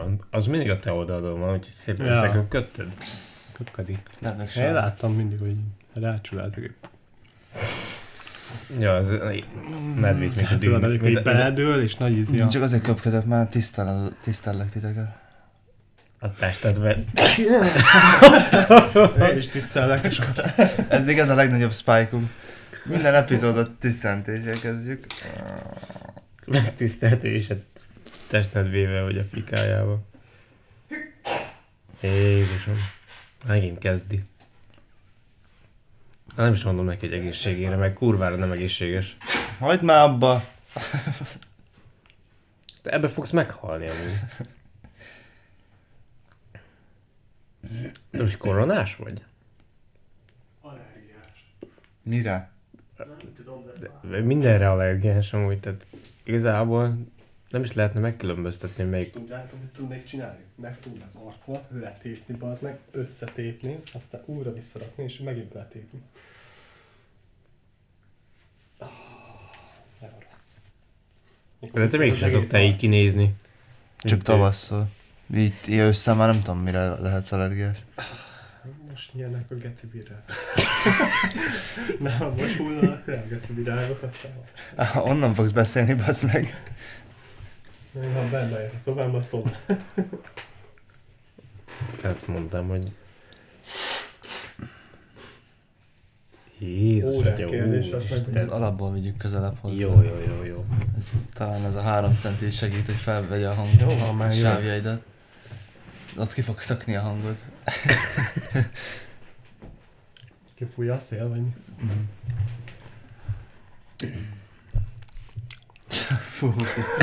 van. Az mindig a te oldalon van, úgyhogy szépen összeköpködted. Köpködik. Nem meg Én láttam mindig, hogy rácsüláltak. Ja, az medvét, mint a Tudod, dűn. amikor így beledől, és nagy ízi a... Csak azért köpködök, már tisztellek titeket. A testedbe. Én is tisztellek, és ott... Eddig ez a legnagyobb spike-unk. Minden epizódot tisztentéssel kezdjük. Megtiszteltő és a testnedvével, vagy a fikájával. Jézusom. Megint kezdi. Nem is mondom neki, hogy egészségére, meg kurvára nem egészséges. Hagyd már abba! Te ebbe fogsz meghalni amúgy. Te most koronás vagy? Allergiás. Mire? Nem tudom, De mindenre allergiás amúgy, tehát igazából nem is lehetne megkülönböztetni melyik... Tudjátok, mit tudnék csinálni? Megfogni az arcomat, letépni, bazd meg, összetépni, aztán újra visszarakni, és megint letépni. Nem rossz. De te mégis szoktál így kinézni. Csak tavasszal. Így össze már nem tudom, mire lehetsz allergiás. Most nyílnak a gecibirrel. Nem, most hullanak rá a gecibirrálok, aztán... Onnan fogsz beszélni, bassz meg. Nem, benne a szobámba, azt tudom. Ezt mondtam, hogy... Jézus, Órák atya, kérdés, úr, azt meg- Isten. Ez alapból vigyük közelebb hozzá. Jó. Talán ez a 3 centi is segít, hogy felvegye a Jó, ha hang már jó. sávjaidat. Ott ki fog szökni a hangod. Kifújja a szél, vagy mi? Fú,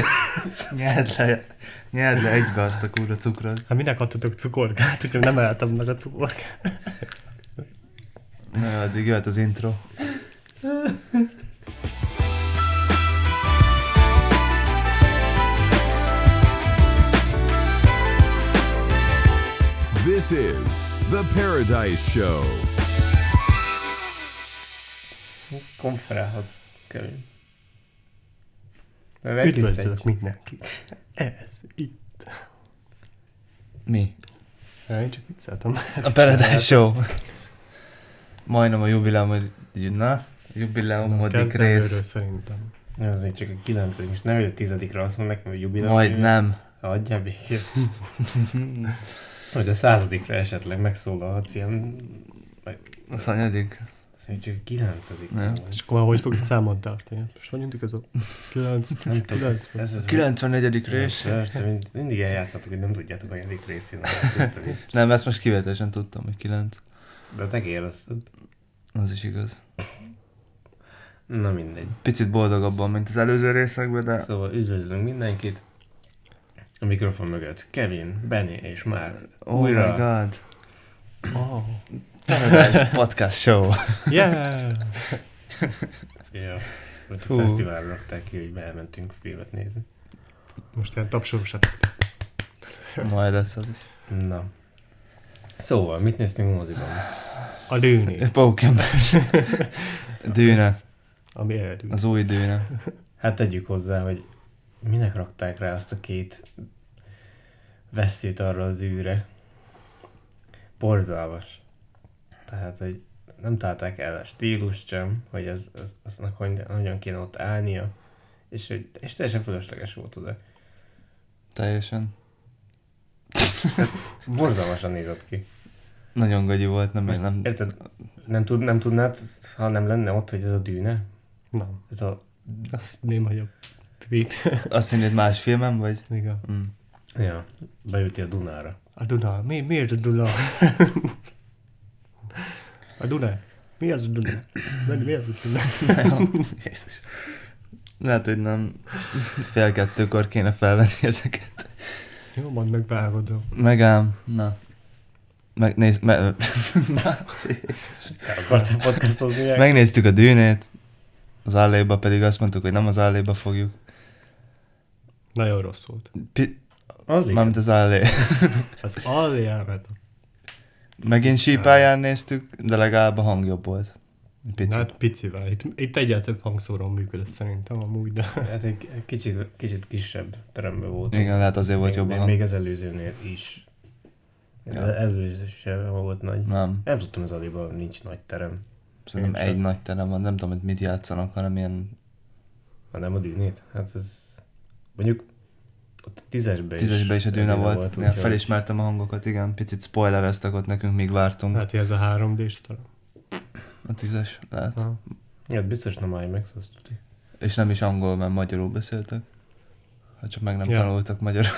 nyerd le egybe azt a kurva cukrot. Hát minek adtatok cukorkát, hogyha nem emeltem meg a cukorkát? Na, addig jöhet az intro. This is The Paradise Show. Konferálhatsz, Kevin. Üdvözlök mindenkit. Ez itt. Mi? Én csak vicceltem. A Paradise Show. Majdnem a jubileumodik Kezdem őről rész. szerintem. Azért csak a 9. és nem, hogy a 10-ra azt mondják, hogy jubileum. Majdnem. Adjál békét. Hogy a 100-ra esetleg megszólalhatsz ilyen... Az hanyadik? Azt csak a 9. Nem. És akkor hogy fogjuk számon tartani? Most vagyunk igazol? 9. Nem tudom, ez 94. rész. Persze, mindig eljátszatok, hogy nem tudjátok, hogy hanyadik rész jön. Nem, ezt most kivételesen tudtam, hogy 9. De te kérdezted. Az is igaz. Na mindegy. Picit boldogabban, mint az előző részekben, de... Szóval üdvözlünk mindenkit. A mikrofon mögött Kevin, Benny és már Oh újra. my god. Oh. Paradise Podcast Show. Yeah! Ja, hogy a Hú. fesztiválra rakták ki, hogy beelmentünk filmet nézni. Most ilyen tapsolósat. Majd lesz az is. Na. Szóval, mit néztünk a moziban? A dűni. Pókember. Dűne. Ami eldűn. Az új dűne. Hát tegyük hozzá, hogy minek rakták rá azt a 2 vesszőt arra az űre. Borzalmas. Tehát, hogy nem találták el a stílust sem, hogy aznak hogyan kéne ott állnia, és teljesen fölösleges volt oda. Teljesen. Borzalmasan nézett ki. Nagyon gagyi volt, nem... Érted? Nem tudnád, ha nem lenne ott, hogy ez a dűne? Nem. Ez a... Azt néma jobb. Pip. Azt hinnéd más filmem, vagy? Igen. Mm. Ja, beültél a Dunára. A Duna. Miért a Duna? A Duna. Mi az a Duna? Mi az a Duna? Jézus. Lehet, hogy nem fél 2-kor kéne felvenni ezeket. Jó, mondd meg, beállgodom. Megám, na. Megnéz... El akartál podcastozni? Megnéztük a dűnét, az Alléba pedig azt mondtuk, hogy nem az Alléba fogjuk. Nagyon rossz volt. Az igen. Mármint az Allé. Az Allé elment. Megint sípáján néztük, de legalább a hang jobb volt. Picit. Hát picivel. Itt egyáltalán több hangszóró működött szerintem amúgy, de... Ez egy kicsit kisebb teremben volt. Igen, lehet azért volt jobb a hang. Még az előzőnél is. Ja. Az előző sem volt nagy. Nem. Nem tudtam, az Aliban nincs nagy terem. Szerintem Én egy sem. nagy terem van, nem tudom, hogy mit játszanak, hanem ilyen Ha nem a Dűnét? Hát ez... Mondjuk ott 10-esben tízesben is a dűne volt. Ja, úgyhogy- felismertem a hangokat, igen. Picit spoilereztek ott nekünk, míg vártunk. Hát ez a 3D-s talán. A 10-es lehet. Ha. Ja, biztos nem IMAX, azt tudni. És nem is angol, mert magyarul beszéltek. Hát csak meg nem Ja. tanultak magyarul.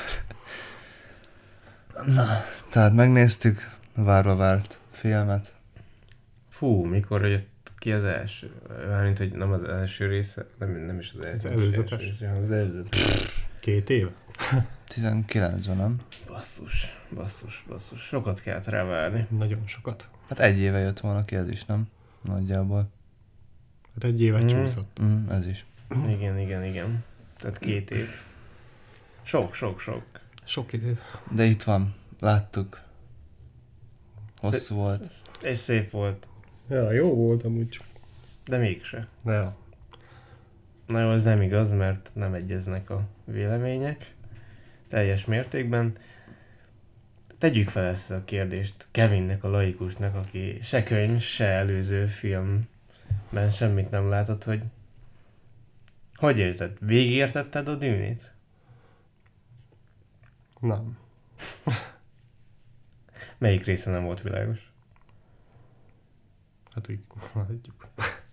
Na, tehát megnéztük a várva várt filmet. Fú, mikor jött ki az első? Mármint, hogy nem az első része, nem is az első. előzetes. része, hanem az előzetes. 2 év? 19-ben, nem? Basszus. Sokat kellett rá várni. Nagyon sokat. Hát egy éve jött volna ki ez is, nem? Nagyjából. Hát egy évet csúszott. Ez is. Igen. Tehát 2 év. Sok. Sok idő. De itt van, láttuk. Hosszú volt. És szép volt, Ja, jó volt amúgy csak. de mégse. Ja. Na jó, ez nem igaz, mert nem egyeznek a vélemények teljes mértékben. Tegyük fel ezt a kérdést Kevinnek, a laikusnak, aki se könyv, se előző filmben semmit nem látott, hogy érzed? Végigértetted a Dűnét? Nem. Melyik része nem volt világos? Hát úgy hagyjuk.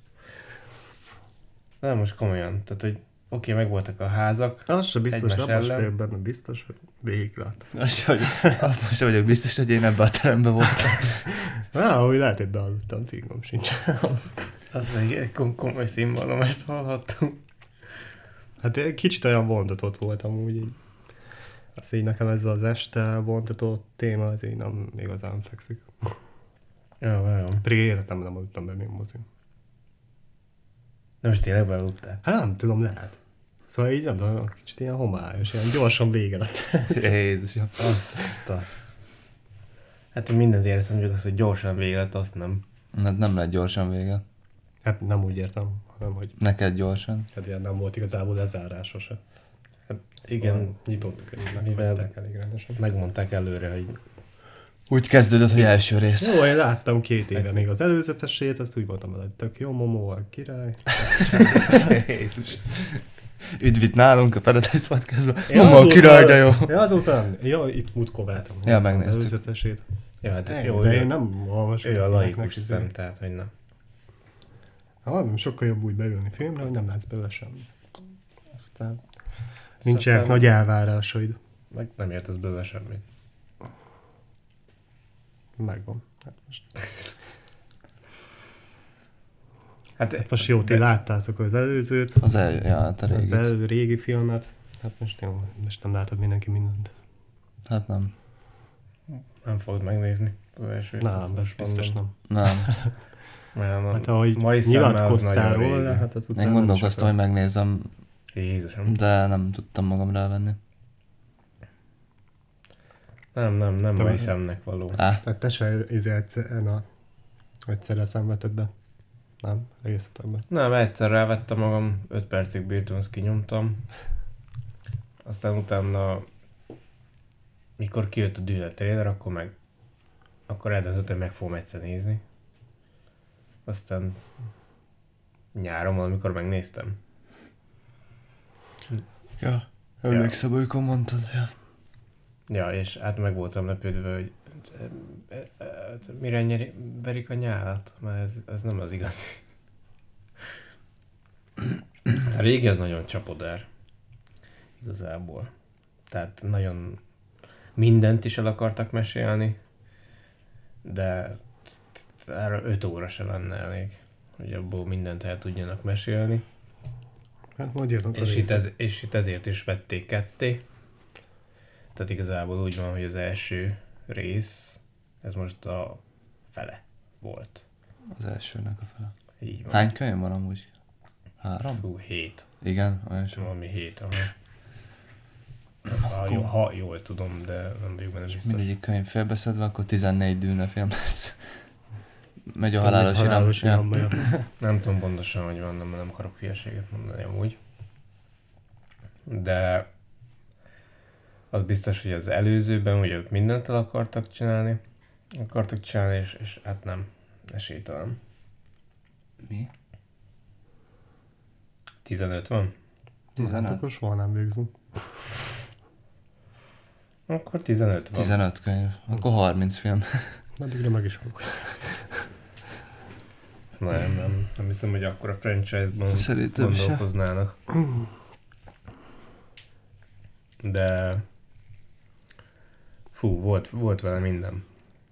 De most komolyan, tehát hogy oké, megvoltak a házak, Az se biztos, Egymás nem most ellen. vagyok benne biztos, hogy végig lát. Most sem vagyok biztos, hogy én ebben a teremben voltam. Hogy lehet, hogy bealudtam, fingom sincs. az egy komoly színvallomást hallhattunk. Hát egy kicsit olyan vontatott voltam úgy. Így. Azt így nekem ez az este vontatott téma, az így nem igazán fekszik. Jó, várom. Pedig életemben nem aludtam be még mozim. De most tényleg bealudtál? Hát nem tudom, lehet. Szóval így nem tudom, kicsit ilyen homályos, ilyen gyorsan vége lett. Jézusom. Azt. Hát én mindent éreztem, csak az, hogy gyorsan vége lett, azt nem. Hát nem lett gyorsan vége. Hát nem úgy értem, hanem hogy Neked gyorsan. hát ilyen nem volt igazából lezárása se. Hát Igen. igen, Nyitottak egy Mivel- meghagyták elég rendesen. megmondták előre, hogy Úgy kezdődött, hogy első rész. Jó, én láttam 2 éve még az előzetesét, azt úgy voltam vele, hogy tök jó, Momo a király. Jézus. Üdv itt nálunk a Paradise Podcastban. Ja, Mama, azóta- király, de jó. Ja, azóta nem. Ja, itt múltkor váltam. Ja, az megnéztük. előzetesét. ja, hát Ezt jó, de ő, én nem olvasok. ő a ilyeneknek laikus izé. szem, tehát hogy na. Nem sokkal jobb úgy beülni filmre, hogy nem látsz belőle semmit. Aztán nincsenek nagy elvárásaid. Meg nem értesz belőle semmit. Megvan. Hát Hát most jó, ti láttátok az előzőt, Ja, hát a az régit. régi filmet. Hát most jó, most nem látod mindenki mindent. Hát nem. nem fogod megnézni az első. Nem, most biztos mondom. nem. Nem. Nem, Hát ahogy mai szemmel az nyilatkoztál nagyon róla, régi. hát azután Én nem gondolkoztam, hogy sokkal. megnézem, Jézusom. de nem tudtam magam rávenni. Nem Te- mai szemnek való. Hát te se egyszerre szenvedted be. Nem, egész utakban. Nem, egyszer rávettem magam, 5 percig bírtam, azt kinyomtam. Aztán utána, mikor kijött a Dűne trailer, akkor eldöntöttem, hogy meg fogom egyszer nézni. Aztán nyáron valamikor megnéztem. Ja. Emlékszem, amikor mondtad. Ja. Ja, és hát meg voltam lepődve, hogy mire verik a nyálat, mert ez nem az igazi. A régi az nagyon csapodár. Igazából. Tehát nagyon mindent is el akartak mesélni, de erre 5 óra se lenne elég, hogy abból mindent el tudjanak mesélni. Hát majd jönnek a És itt, részek. és itt ezért is vették ketté. Tehát igazából úgy van, hogy az első rész, ez most a fele volt. Az elsőnek a fele. Így van. Hány könyv van amúgy? 3? Fú, 7. Igen, olyan sok. Valami 7, ha jól tudom, de nem vagyok benne biztos. Mindegyik könyv félbeszedve, akkor 14 Dűne film lesz. Megy a halálos iram. iramba. Ja. Nem tudom pontosan, hogy van, nem akarok hülyeséget mondani amúgy. De az biztos, hogy az előzőben ugye ők mindent el akartak csinálni, és hát nem, esélytelen. Mi? 15 van? 15? Akkor soha nem végzünk. Akkor 15 van. 15 könyv. Akkor 30 film. Addigra meg is vagyok. Nem hiszem, hogy akkor a franchise-ban Szerintem se. gondolkoznának. De fú, volt vele minden.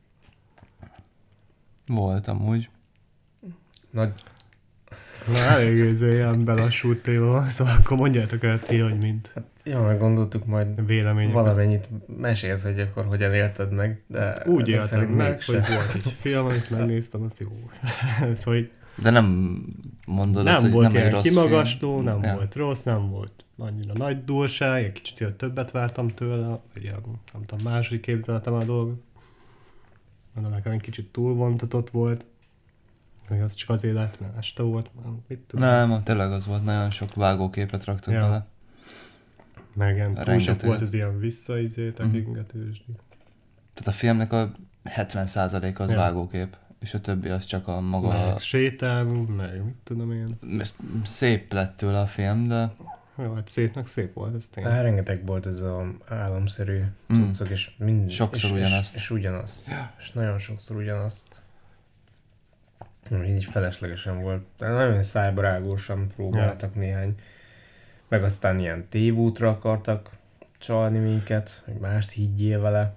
Volt amúgy. Nagy, Na, elég ilyen belassult téma, szóval akkor mondjátok el ti, hogy mint jó, meg gondoltuk majd véleményeket. valamennyit mesélsz, hogy akkor hogyan élted meg, de Úgy ezek éltem szerint meg, mégse. hogy volt egy film, amit megnéztem, azt jó. Szóval így De nem mondod azt, nem hogy volt nem egy ilyen rossz kimagasló, film. nem Ja. volt rossz, nem volt annyira nagy durság, egy kicsit ilyen többet vártam tőle, vagy ilyen, nem tudom, máshogy képzeltem a dolgot. Mondom, nekem egy kicsit túlvontatott volt. Hogy az csak azért lett, mert este volt, mit tudom. Nem, tényleg az volt, nagyon sok vágóképet raktak Ja. bele. Meg ilyen túl sok Rengeteg. volt az ilyen visszatekingetős. Tehát a filmnek a 70% az Ja. vágókép, és a többi az csak a maga... Meg sétálunk, meg mit tudom én. Szép lett tőle a film, de Jó, hát szépnek szép volt, ez tényleg. Rengeteg volt ez az államszerű Mm. cuccok, és mind, Sokszor és, ugyanazt. És ugyanazt. És nagyon sokszor ugyanazt. Így feleslegesen volt. De nagyon szájbarágósan próbáltak néhány. Meg aztán ilyen tévútra akartak csalni minket, hogy mást higgyél vele.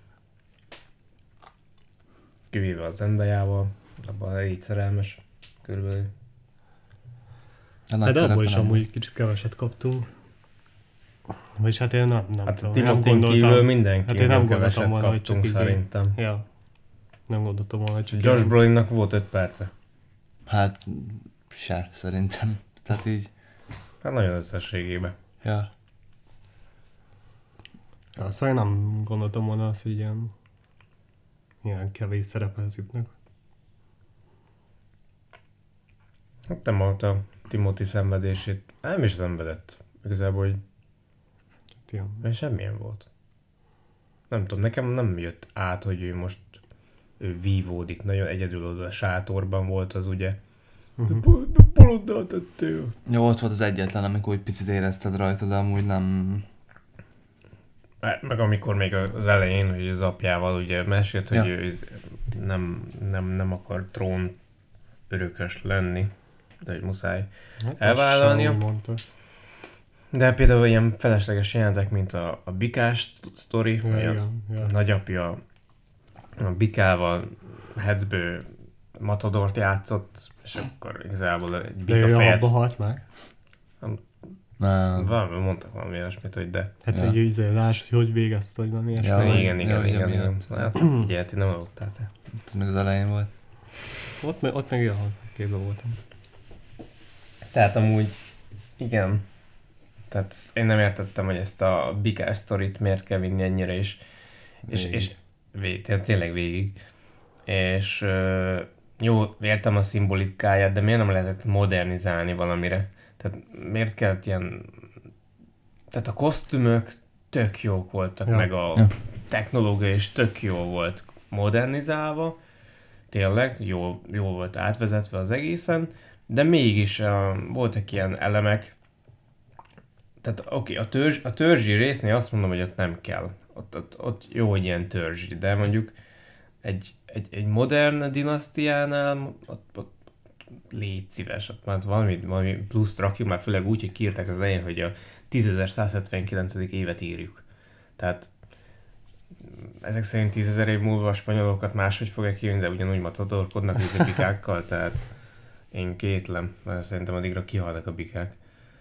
Kivéve a Zendayával, abban elég szerelmes körülbelül. a nagy Hát abból szerepe is nem amúgy kicsit keveset kaptunk. Vagyis hát én nem Hát a tudom, Timothy kívül mindenki hát én nem gondoltam keveset volna, hogy csak kaptunk szerintem. Ja. Nem gondoltam volna, hogy csak Josh ilyen- Brolinnak volt 5 perce. Hát se, szerintem. Tehát így, Hát nagyon összességében. ja. Ja, szóval én nem gondoltam volna azt, hogy ilyen kevés szerephez jutnak. Hát nem volt a Timothy szenvedését. Nem is szenvedett. Igazából, hogy Hát ilyen. mert semmilyen volt. Nem tudom, nekem nem jött át, hogy ő vívódik. Nagyon egyedül oda a sátorban volt az ugye. Bolonddal tettél. Jó, ott volt az egyetlen, amikor egy picit érezted rajta, de amúgy nem... Meg amikor még az elején, hogy az apjával ugye mesélt, hogy Ja. ő nem akar trón örökös lenni, de hogy muszáj Hát elvállalnia. azt sem úgy mondta. De például ilyen felesleges jelentek, mint a bikás sztori, Ja, hogy a igen, ja. nagyapja a bikával Hetzbő Matadort játszott, és akkor igazából egy De ő bika fejet... abba halt meg. Nem. Mondtak valami olyasmit, hogy de... Hát, Ja. hogy így láss, hogy végezte, vagy valami ilyesmi. Ja, vagy- igen. miatt. Hát, figyelj, ti nem aludtál te. Ez még az elején volt. Ott meg ilyen képben voltam. Tehát amúgy, igen. Tehát én nem értettem, hogy ezt a bikás sztorit miért kell vinni ennyire is. És tényleg végig. És jó, értem a szimbolikáját, de miért nem lehetett modernizálni valamire? Tehát miért kellett ilyen... Tehát a kosztümök tök jók voltak, Ja. meg a Ja. technológia is tök jó volt modernizálva. Tényleg, jó volt átvezetve az egészen, de mégis voltak ilyen elemek. Tehát oké, a törzsi résznél azt mondom, hogy ott nem kell. Ott jó, hogy ilyen törzsi, de mondjuk egy modern dinasztiánál ott légy szíves, ott már valami pluszt rakjuk, már főleg úgy, hogy kiírták az elején, hogy a 10.179. évet írjuk. Tehát ezek szerint 10.000 év múlva a spanyolokat máshogy fogják írni, de ugyanúgy matadorkodnak a bikákkal, tehát én kétlem, mert szerintem addigra kihalnak a bikák.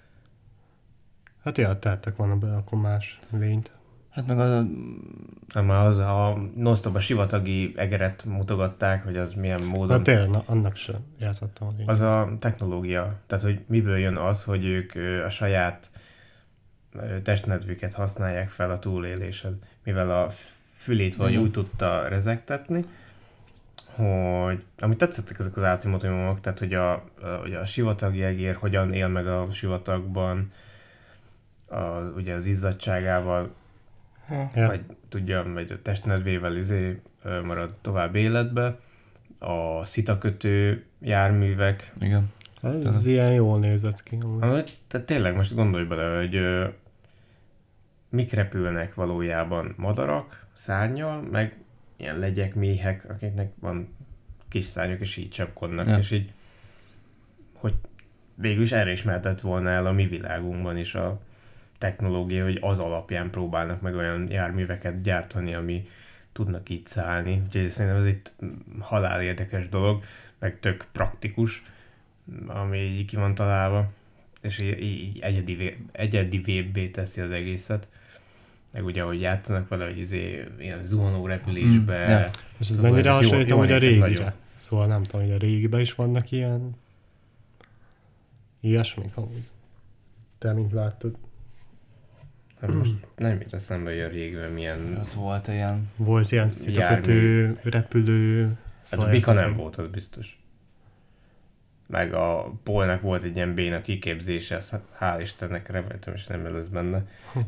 Hát ja, tehettek volna be akkor más lényt. Hát meg a... Hát már az a non-stop a sivatagi egeret mutogatták, hogy az milyen módon... Hát tényleg, annak sem játszottam a lényt. Az a technológia, tehát hogy miből jön az, hogy ők a saját testnedvüket használják fel a túléléshez, mivel a fülét vagy úgy tudta rezegtetni, hogy amit tetszettek ezek az átimotívumok, tehát hogy a sivatagi egér hogyan él meg a sivatagban, ugye az izzadságával, vagy tudja, vagy a testnedvével marad tovább életbe, a szitakötő járművek. Igen. Ez ilyen jól nézett ki. Tehát tényleg most gondolj bele, hogy mik repülnek valójában, madarak, szárnyal, meg ilyen legyek, méhek, akiknek van kis szárnyok, és így csapkodnak, és így, hogy végül is erre is mehetett volna el a mi világunkban is a technológia, hogy az alapján próbálnak meg olyan járműveket gyártani, ami tudnak így szállni. Úgyhogy szerintem ez egy halál érdekes dolog, meg tök praktikus, ami így ki van találva, és így egyedivébbé teszi az egészet. Meg ugye, ahogy játszanak vele, hogy ilyen zuhanó repülésbe. És ez mennyire hasonlítom, hogy a régire. nagyon. Szóval nem tudom, hogy a régiben is vannak ilyen ilyesmik amúgy. Te mint láttad? Hát most nem jut eszembe, hogy a régben milyen... Ott volt ilyen... Volt ilyen szitakötő, repülő... Hát a Bika nem volt, az biztos. Meg a Paulnak volt egy ilyen béna kiképzése, azt hál' Istennek reméltem, és nem lesz benne.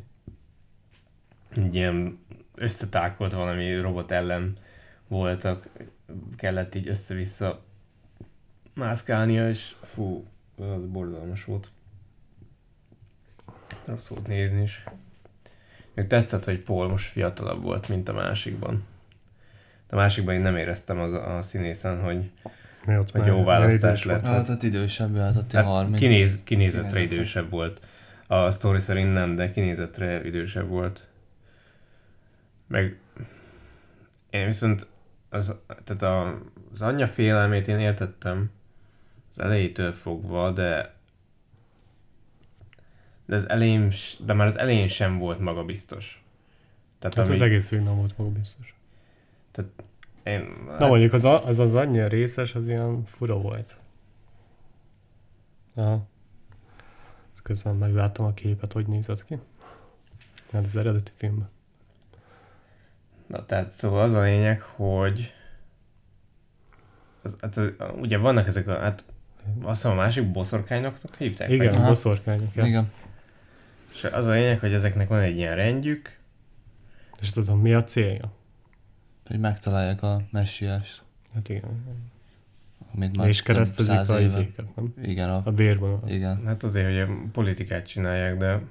Egy ilyen összetákolt valami robot ellen voltak, kellett így össze-vissza mászkálnia, és fú, az borzalmas volt. Rossz volt nézni is. Még tetszett, hogy Paul most fiatalabb volt, mint a másikban. De a másikban én nem éreztem a színészen, hogy jó választás lett. Hát ott idősebb, hát ott 30. Kinézetre idősebb volt. A sztori szerint nem, de kinézetre idősebb volt. Meg én viszont tehát az anyja félelmét én értettem az elejétől fogva, de már az elején sem volt magabiztos. Tehát az egész film nem volt magabiztos. Tehát Na mondjuk az anyja részes, az ilyen fura volt. Aha. Közben megláttam a képet, hogy nézett ki. Hát az eredeti filmben. Na tehát szóval az a lényeg, hogy ugye vannak ezek azt hiszem a másik boszorkánynak hívták? Igen, a boszorkányok. Ja. Igen. És az a lényeg, hogy ezeknek van egy ilyen rendjük. És tudom, mi a célja? Hogy megtalálják a messiást. Hát igen. Amit már és keresztezik a izéket, nem? Igen. A bérvonalat. Igen. Hát azért, hogy a politikát csinálják, de...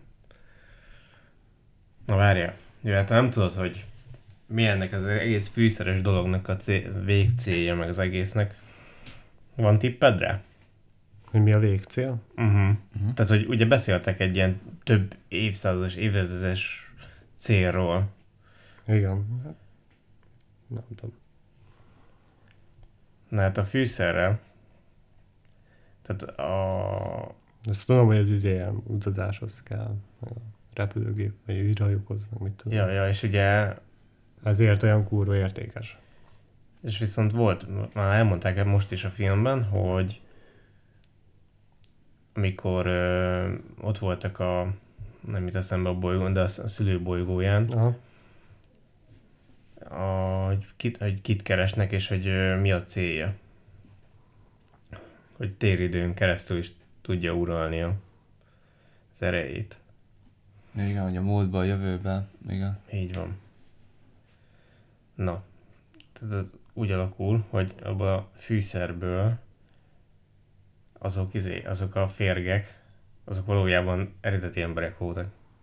Na várjál. Jó, hát nem tudod, hogy mi ennek az egész fűszeres dolognak a végcélja, meg az egésznek. Van tipped rá? Hogy mi a végcél? Tehát, hogy ugye beszéltek egy ilyen több évszázados, évezredes célról. Igen. Nem tudom. Na hát a fűszerrel, tehát Ezt tudom, hogy ez ilyen utazáshoz kell, meg a repülőgép, vagy űrhajókhoz, meg mit tudom. Ja, és ugye... Ezért olyan kurva értékes. És viszont volt, már elmondták most is a filmben, hogy amikor ott voltak nem jut eszembe a bolygón, de a szülőbolygóján, hogy kit keresnek, és hogy mi a célja. Hogy téridőn keresztül is tudja uralni az erejét. Igen, hogy a múltban, a jövőben. Igen. Így van. Na, ez úgy alakul, hogy abban a fűszerből azok a férgek, azok valójában eredeti emberek voltak.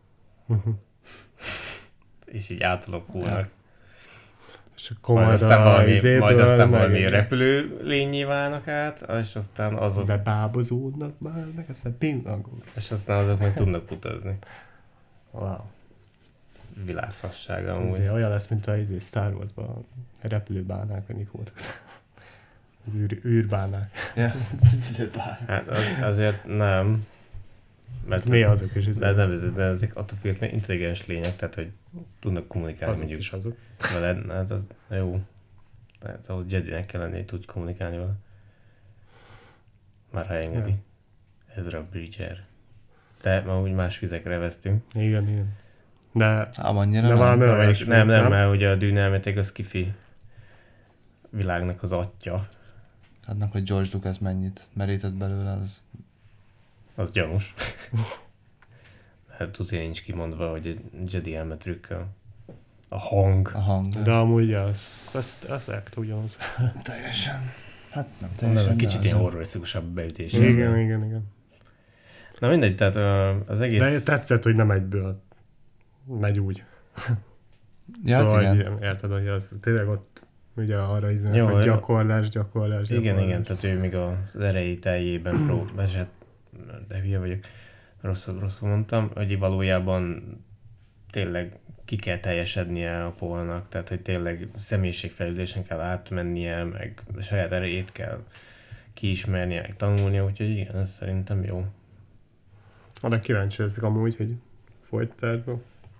És így átalakulnak. Ja. És akkor majd aztán valami repülő lényé válnak át, és aztán azok... Bebábozódnak már, meg aztán pillangok. És aztán azok majd tudnak utazni. Wow. Világfassága amúgy. Azért olyan lesz, mint a Star Wars-ban a repülőbánák, vagy mik voltak. Az űrbánák. Ja. Hát azért nem. Mert mi azok is? De ezek attól függetlenül intelligens lények, tehát hogy tudnak kommunikálni azok mondjuk. Is azok. Veled, hát az jó. Tehát ahhoz Jedinek kell lenni, hogy tudj kommunikálni vele. Már ha engedi. Ja. Ezra Bridger. De ma úgy más vizekre vesztünk. Igen. De annyira nem. Nem, mert ugye a dűne elméletek az kifi világnak az atya. Annak, hogy George Lucas mennyit merített belőle, Az gyanús. Hát tudja, nincs kimondva, hogy egy Jedi elme trükkel. A hang. a hang. De amúgy az act ugyanaz. Teljesen. Hát nem Nem, teljesen. kicsit de ilyen az- horror-szikusabb beütés. Igen. Na mindegy, tehát az egész... De tetszett, hogy nem egyből megy úgy. Ja, hát szóval, igen. hogy érted, hogy az tényleg ott ugye arra iznek, Jó, hogy jó. gyakorlás. Igen, tehát ő még az erei teljében próbál, de hülye vagyok, rosszul mondtam, hogy valójában tényleg ki kell teljesednie a Paulnak, tehát hogy tényleg személyiségfejlődésen kell átmennie, meg a saját erejét kell kiismernie, meg tanulnia, úgyhogy igen, ez szerintem jó. De kíváncsi leszek amúgy, hogy folytatásban.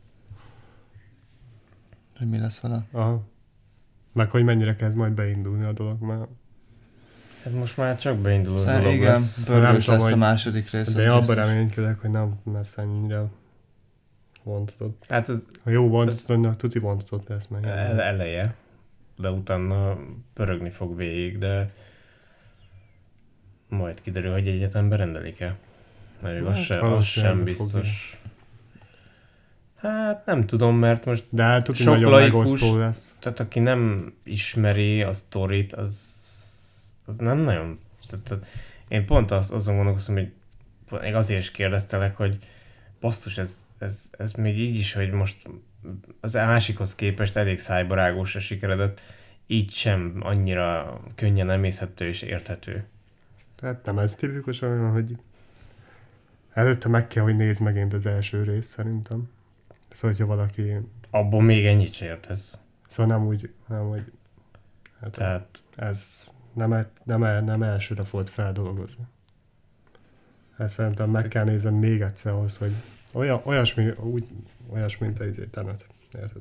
Hogy mi lesz vele? Aha. Meg hogy mennyire kezd majd beindulni a dolog, mert Hát most már csak beinduló Szóval dolog igen, lesz. Szóval nem pörgős tudom, lesz a hogy- második rész. de az én abban biztos. reménykedek, hogy nem lesz ennyire vontatott. Hát ez Ha jó vontatott, tuti vontatott lesz meg. eleje, de utána pörögni fog végig, de majd kiderül, hogy egyetemben rendelik-e. Mert az, az sem valószínűleg biztos. Hát nem tudom, mert most De hát tuti Sok nagyon laikus- megosztó lesz. tehát aki nem ismeri a sztorit, az nem nagyon... Tehát én pont azon gondolkoztam, hogy még azért is kérdeztelek, hogy basszus, ez még így is, hogy most az másikhoz képest elég szájbarágósra sikeredett, így sem annyira könnyen emészhető és érthető. Tehát nem ez tipikus olyan, hogy előtte meg kell, hogy nézd megint az első részt szerintem. Szóval, hogyha valaki... Abból még ennyit se értesz. Szóval nem úgy, hanem hogy... Hát Tehát ez nem elsőre volt feldolgozni. Ezt szerintem meg kell nézni még egyszer ahhoz, hogy olyas, mint a Tenet. Érted?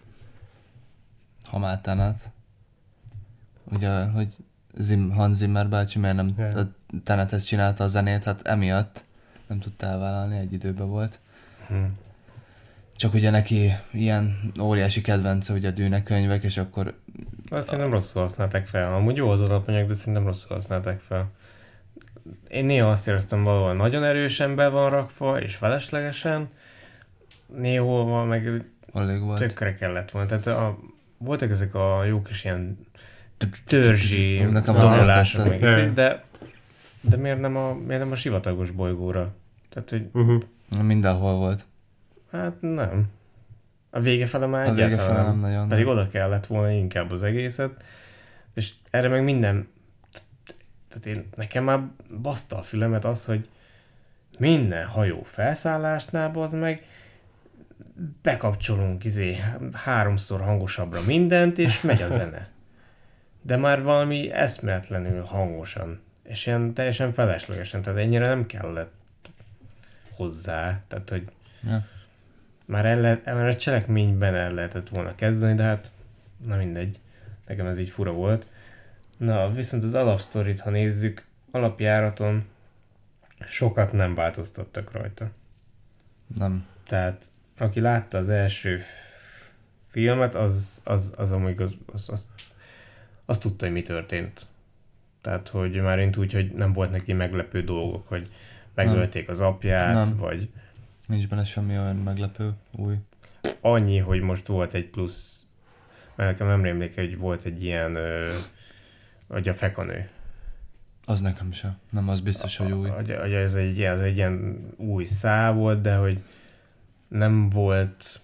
Ha már Tenet. Ugye, hogy Hans Zimmer bácsi miért nem Ja. a Tenethez csinálta a zenét, hát emiatt nem tudta elvállalni, egy időben volt. Csak ugye neki ilyen óriási kedvence, ugye a Dűne könyvek, és akkor azt szerintem rosszul használták fel. Amúgy jó az alapanyag, de szerintem rosszul használták fel. Én néha azt éreztem, valahol nagyon erősen be van rakva, és feleslegesen. Néhol meg alig volt. tökre kellett volna. Tehát voltak ezek a jó kis ilyen törzsi Nekem az dobálások, tetszett. meg izé, de miért nem a sivatagos bolygóra? Tehát, hogy Mindenhol volt. hát nem. A vége fele már A vége egyáltalán fele nem nagyon. Pedig oda kellett volna inkább az egészet. És erre meg minden... Tehát nekem már baszta a fülemet az, hogy minden hajó felszállásnál az meg bekapcsolunk 3-szor hangosabbra mindent, és megy a zene. De már valami eszméletlenül hangosan. És ilyen teljesen feleslegesen. Tehát ennyire nem kellett hozzá. Tehát, hogy Ja. már a cselekményben el lehetett volna kezdeni, de hát na mindegy. Nekem ez így fura volt. Na, viszont az alapsztorit, ha nézzük, alapjáraton sokat nem változtattak rajta. Nem. Tehát aki látta az első filmet, az amúgy az tudta, hogy mi történt. Tehát, hogy már én úgy, hogy nem volt neki meglepő dolgok, hogy megölték az apját, Nem. vagy Nincs benne semmi olyan meglepő, új. annyi, hogy most volt egy plusz, mert nekem nem rémlik, hogy volt egy ilyen, hogy a fekanő. Az nekem sem. Nem, az biztos, hogy új. Hogy ez egy ilyen új szá volt, de hogy nem volt,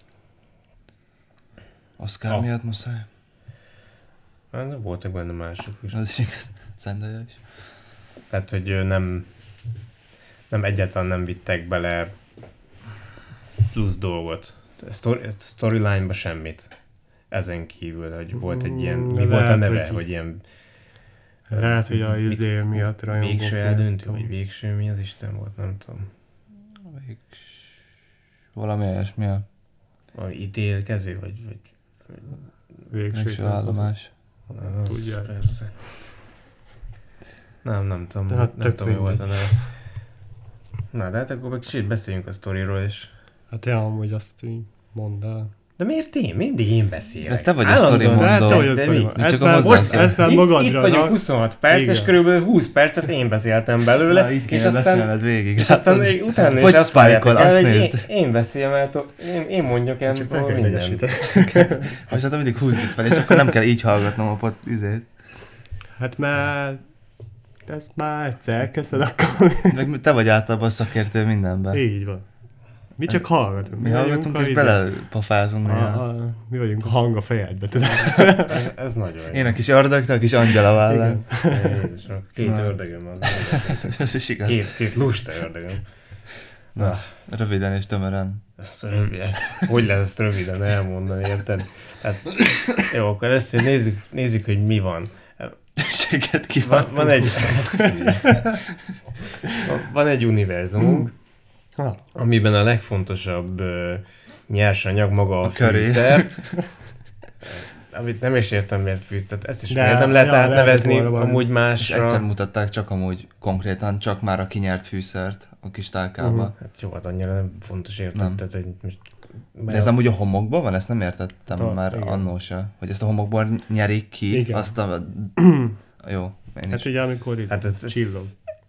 Oscar miatt muszáj. hát voltak benne mások is. Az is igaz. Zendaya is. Tehát, hogy nem egyáltalán nem vittek bele plusz dolgot. Storyline-ba semmit. Ezen kívül, hogy volt egy ilyen, mi volt a Lehet, neve, hogy- hogy ilyen Lehet, hogy a izé miatt rajongók. végső miatt, eldöntő, tudom. vagy végső mi az Isten volt, nem tudom. Valami ilyesmi a Valami ítélkező, vagy végső állomás. az, Tudják. persze. Nem tudom, De hát nem tök tudom, mi volt a mindegy. neve. Na, de hát akkor meg kicsit beszéljünk a sztoriról, és Hát én amúgy azt így mondd el. De miért én? Mindig én beszélek. De te vagy a Állandóan. sztori Hát te mondó. vagy a De sztori mi? mondó. Mi Ezt csak a már hozzászól. ezt már Itt magadra vagyunk rak. 26 perc, és Igen. körülbelül 20 percet én beszéltem belőle, Na, így és kéne aztán, beszélned végig. és aztán még utána is Hogy azt várjátok spike-ol, el, azt hogy nézd. én beszéljem el, én mondjak el Csak róla mindent. fekete. Most hát mindig húzzuk fel, és akkor nem kell így hallgatnom a izét. Hát már... Ezt már egyszer elkezded, akkor... Meg te vagy általában a szakértő mindenben. Így van. Mi csak hallgatunk. Mi hallgatunk és belepafázunk néha. Mi vagyunk a hang a fejedbe, tudod? Ez nagyon jó. Én a kis ördög, te a kis angyal a vállán. Jézusom, két ördögöm van. Ez is igaz. Két lusta ördögöm. Na, röviden és tömören. Hogy lehet ezt röviden elmondani, érted? Hát, jó, akkor ezt nézzük, hogy mi van. Segget kívánok. Van egy univerzumunk, amiben a legfontosabb nyersanyag maga a curry. fűszer. Amit nem is értem, miért fűztet. Ezt is De, miért nem lehet ja, átnevezni lehet volna amúgy És másra. egyszer mutatták csak amúgy konkrétan, csak már a kinyert fűszert a kis tálkába. Hát jó, hát annyira nem fontos, érted? Nem. Tehát, hogy most... De ez amúgy a homokban van? Ezt nem értettem már igen. annó se. Hogy ezt a homokból nyerik ki, Igen. azt a... Jó, én Hát is. ugye amikor Hát ez csillog.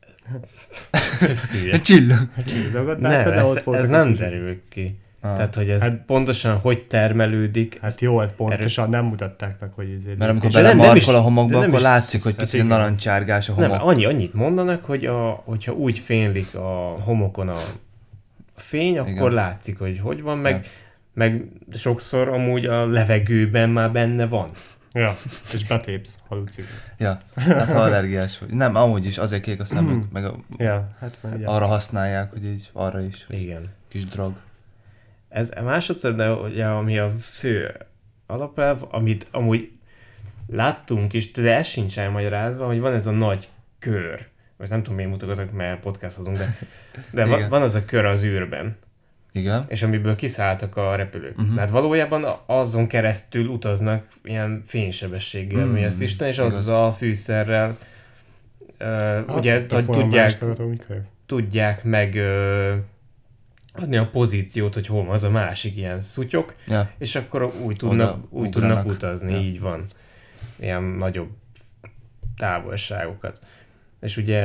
Ez hülye. Csillog! Nem, ez nem derült ki. Ah. Tehát, hogy ez Hát- pontosan hogy termelődik. Hát jó, pontosan nem mutatták meg, hogy ezért. Mert amikor És nem is- belemarkol a de homokba, nem akkor is- látszik, hogy hát picit igen. narancsárgás a homok. Nem, annyit mondanak, hogy hogyha úgy fénlik a homokon a fény, akkor Igen. látszik, hogy van, Ja. meg sokszor amúgy a levegőben már benne van. Ja, és betépsz, halucin. Ja, hát ha allergiás vagy. Nem, amúgy is azért kék a szemük, meg Ja, hát már ugye. arra használják, hogy így arra is, hogy Igen. kis drog. Ez másodszor, de ugye, ami a fő alapelv, amit amúgy láttunk is, de ez sincs elmagyarázva, hogy van ez a nagy kör. Most nem tudom, miért mutogatok, mert podcasthozunk, de Igen. van az a kör az űrben, Igen? és amiből kiszálltak a repülők. Mert valójában azon keresztül utaznak ilyen fénysebességgel, mi ezt Isten, és igaz. az a fűszerrel ugye tudtak volna tudják, másnak, amikor- tudják meg adni a pozíciót, hogy hol van az a másik ilyen szutyok, Ja. és akkor úgy Oda tudnak ugranak. utazni, Ja. így van. Ilyen nagyobb távolságokat. És ugye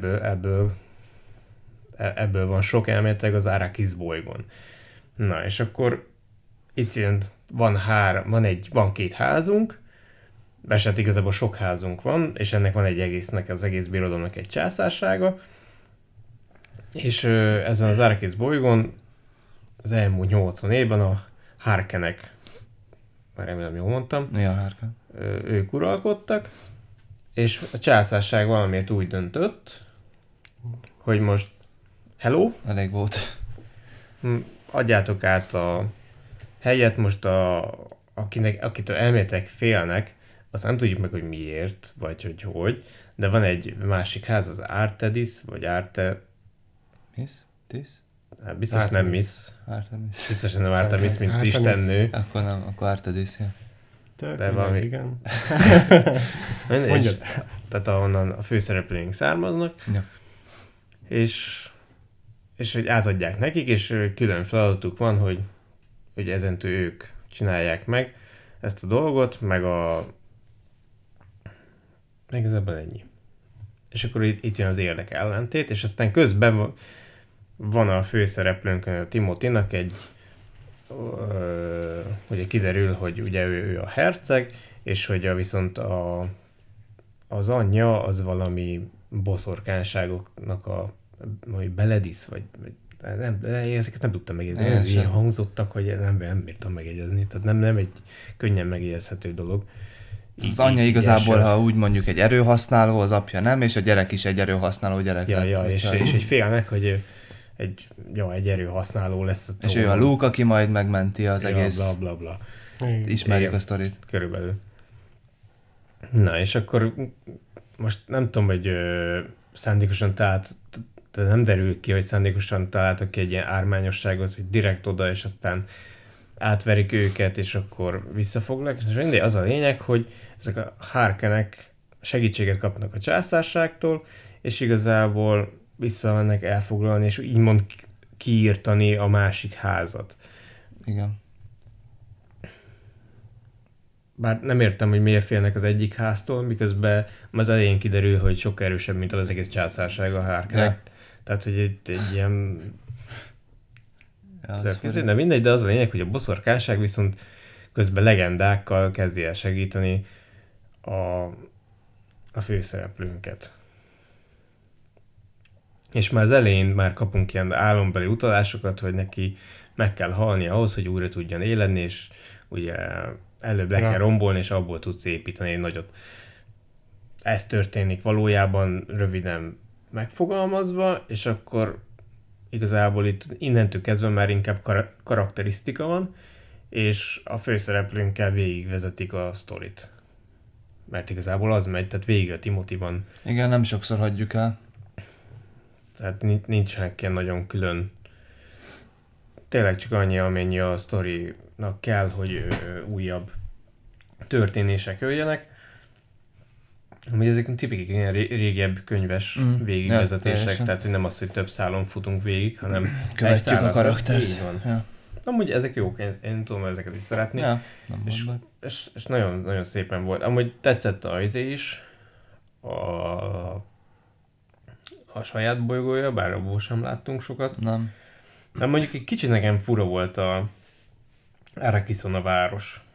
ebből van sok elméletileg az Arrakis bolygón. Na, és akkor itt van két házunk, Besett igazából sok házunk van, és ennek van az egész birodalomnak egy császársága, és ezen az Arrakis bolygón az elmúlt 80 évben a Harkonnen, már remélem jól mondtam, Ja, Hárka. ők uralkodtak, és a császárság valamiért úgy döntött, hogy most hello, Elég volt. adjátok át a helyet most akitől elméletek félnek, azt nem tudjuk meg, hogy miért, vagy hogy, de van egy másik ház, az Artedis, vagy Misz? Tisz? hát biztos Artemis. nem Miss, Artemis. biztosan nem Artemis, mint Artemis. istennő, Akkor nem, akkor Artedis, ja. de valami, Igen. és, Mondjad. tehát ahonnan a főszereplőink származnak, Ja. és hogy átadják nekik, és külön feladatuk van, hogy ezentől ők csinálják meg ezt a dolgot, meg igazából ennyi. És akkor itt jön az érdek ellentét, és aztán közben van a főszereplőnkön, a Timothynak ugye kiderül, hogy ugye ő a herceg, és hogy viszont az anyja az valami boszorkánságoknak vagy Beledisz, vagy nem, én ezeket nem tudtam megjegyezni. Ilyen hangzottak, hogy nem bírtam megjegyezni. Tehát nem egy könnyen megjegyezhető dolog. Az anyja igazából, ilyen ha úgy mondjuk egy erőhasználó, az apja nem, és a gyerek is egy erőhasználó gyerek lett. Ja, és egy félnek, hogy egy erőhasználó lesz a És ő a Luke, aki majd megmenti az egész... Bla, bla, bla. Ismerjük Igen. a sztorit. Körülbelül. Na, és akkor most nem tudom, hogy szándékosan de nem derül ki, hogy szándékosan találtak ki egy ilyen ármányosságot, hogy direkt oda, és aztán átverik őket, és akkor visszafoglalják. És mindegy, az a lényeg, hogy ezek a Harkonnenek segítséget kapnak a császárságtól, és igazából visszamennek elfoglalni, és úgymond kiírtani a másik házat. Igen. bár nem értem, hogy miért félnek az egyik háztól, miközben az elején kiderül, hogy sokkal erősebb, mint az egész császárság a Harkonnen. Tehát, hogy egy ilyen... De mindegy, de az a lényeg, hogy a boszorkánság viszont közben legendákkal kezdi el segíteni a főszereplőnket. És már az elején már kapunk ilyen álombeli utalásokat, hogy neki meg kell halni ahhoz, hogy újra tudjon éledni, és ugye előbb le kell rombolni, és abból tudsz építeni egy nagyot. Ez történik valójában röviden megfogalmazva, és akkor igazából itt innentől kezdve már inkább karakterisztika van, és a főszereplőnkkel végigvezetik a sztorit. Mert igazából az megy, tehát végig a Timothyban. Igen, nem sokszor hagyjuk el. Tehát nincsenek ilyen nagyon külön. Tényleg csak annyi, amennyi a sztorinak kell, hogy újabb történések jöjjenek. Amúgy ezek tipikus ilyen régebb könyves végigvezetések, tehát hogy nem az, hogy több szálon futunk végig, hanem követjük a karaktert. Így van. Ja. Amúgy ezek jók, én tudom ezeket is szeretni. Ja, és nagyon, nagyon szépen volt. Amúgy tetszett az izé is, a saját bolygója, bár abból sem láttunk sokat. Nem. De mondjuk egy kicsit nekem fura volt a Arrakison a város.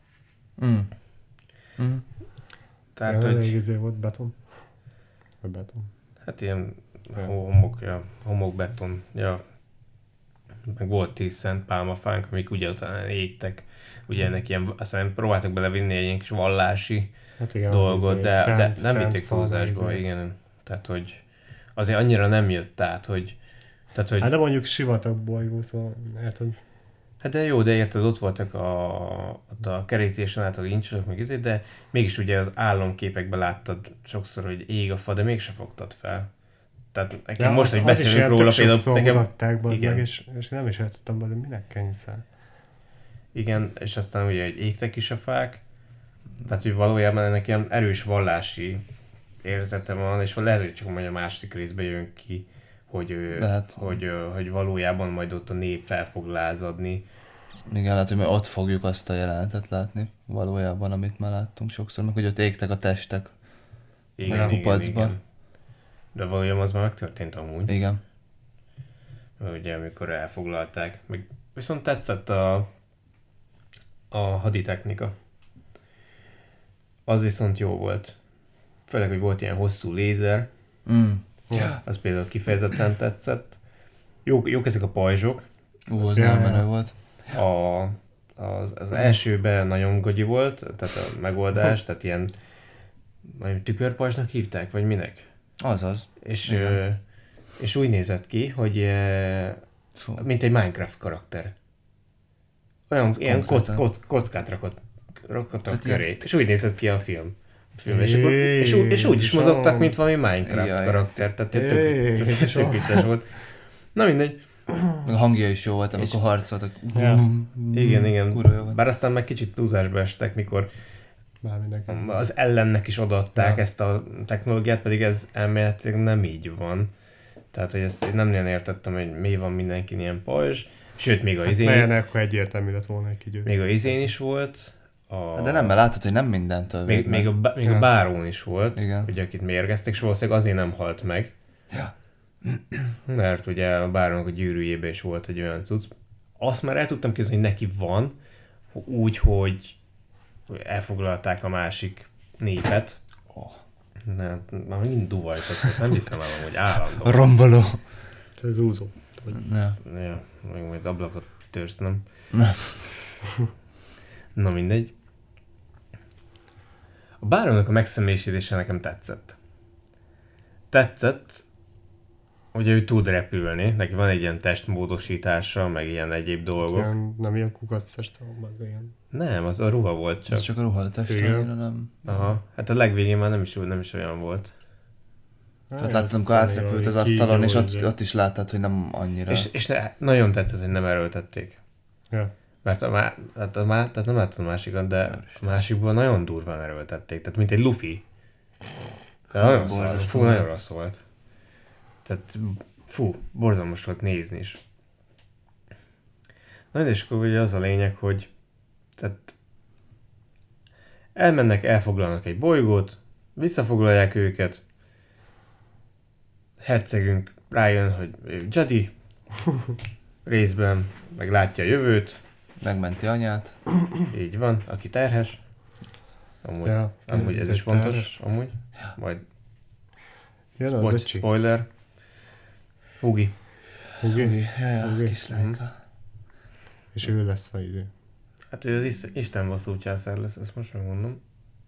Tehát, hogy... hogy... Elég volt beton. Vagy beton. Hát ilyen homokbeton. Ja. Meg volt 10 szent pálmafánk, amik ugye utána égtek. Ugye ennek ilyen, aztán próbáltak belevinni egy ilyen kis vallási dolgot, de nem vitték túlzásba, igen. Tehát, hogy azért annyira nem jött át, hogy... Hát de mondjuk sivatag bolygó, szóval érted? Hát de jó, de érted, ott voltak a kerítésen át a lincsok, meg ezért, de mégis ugye az álomképekben láttad sokszor, hogy ég a fa, de mégse fogtad fel. Tehát nekem most, hogy beszélünk róla, például nekem... mutatták be meg, és nem is értettem be, de minek kényszer? Igen, és aztán ugye égtek is a fák, tehát hogy valójában ennek ilyen erős vallási érzete van, és lehet, hogy csak majd a második részben jön ki, hogy valójában majd ott a nép fel fog lázadni. Igen, lehet, hogy majd ott fogjuk azt a jelenetet látni valójában, amit már láttunk sokszor, meg hogy ott égtek a testek. Igen, a kupacba. igen. De valójában az már megtörtént amúgy. Igen. Ugye, amikor elfoglalták. Viszont tetszett a haditechnika. Az viszont jó volt. Főleg, hogy volt ilyen hosszú lézer. Az például kifejezetten tetszett. Jók ezek a pajzsok. Az nagyon menő volt. Az elsőben nagyon gagyi volt, tehát a megoldás, tehát ilyen tükörpajzsnak hívták, vagy minek? Azaz. És úgy nézett ki, hogy mint egy Minecraft karakter. Olyan ilyen kockát rakott a köré. És úgy nézett ki a film. És úgy is mozogtak, mint valami Minecraft karakter. Tehát tök vicces volt. Na mindegy. A hangja is jó volt, amikor harcoltak. Igen. Bár aztán meg kicsit túlzásba estek, mikor az ellennek is odaadták ezt a technológiát, pedig ez elméletileg nem így van. Tehát, hogy ezt nem nagyon értettem, hogy mi van mindenkin ilyen pajzs. Sőt, még a izén... Melyenek, akkor egyértelmű lett volna egy kigyőzni. Még a izén is volt. De nem, mert látod, hogy nem mindentől még a bárón is volt, ugye, akit mérgeztek, és valószínűleg azért nem halt meg. Ja. Mert ugye a bárónak a gyűrűjében is volt egy olyan cucc. Azt már el tudtam képzelni, hogy neki van, úgy, hogy elfoglalták a másik népet. Már mind duvajtott, nem hiszem el, hogy állandó. Romboló. Ez úzó. Ja, majd ablakot törsz, nem? Na mindegy. A bárónak a megszemélyisítése nekem tetszett. Ugye ő tud repülni, neki van egy ilyen testmódosítása, meg ilyen egyéb dolgok. Nem ilyen kukactest, meg ilyen. Nem, az a ruha volt csak. Ez csak a ruha, a test, nem. Aha, hát a legvégén már nem is olyan volt. Tehát láttam, amikor átrepült az asztalon, és ott is láttad, hogy nem annyira. És nagyon tetszett, hogy nem erőltették. Ja. Mert tehát nem láttam a másikat, de a másikban nagyon durván erőltették. Tehát mint egy Luffy. De nagyon rossz volt. Tehát borzalmas volt nézni is. Na, és akkor ugye az a lényeg, hogy tehát Elmennek, elfoglalnak egy bolygót, visszafoglalják őket. Hercegünk rájön, hogy ő Jedi, részben meg látja a jövőt, Megmenti anyát. így van, aki terhes. Amúgy ez is fontos, amúgy. Majd Jön az öcsi. spoiler. Hugi. Hugi. Hugi. Kislányka. És ő lesz a idő. Hát ő az Isten basszú császár lesz, ezt most megmondom.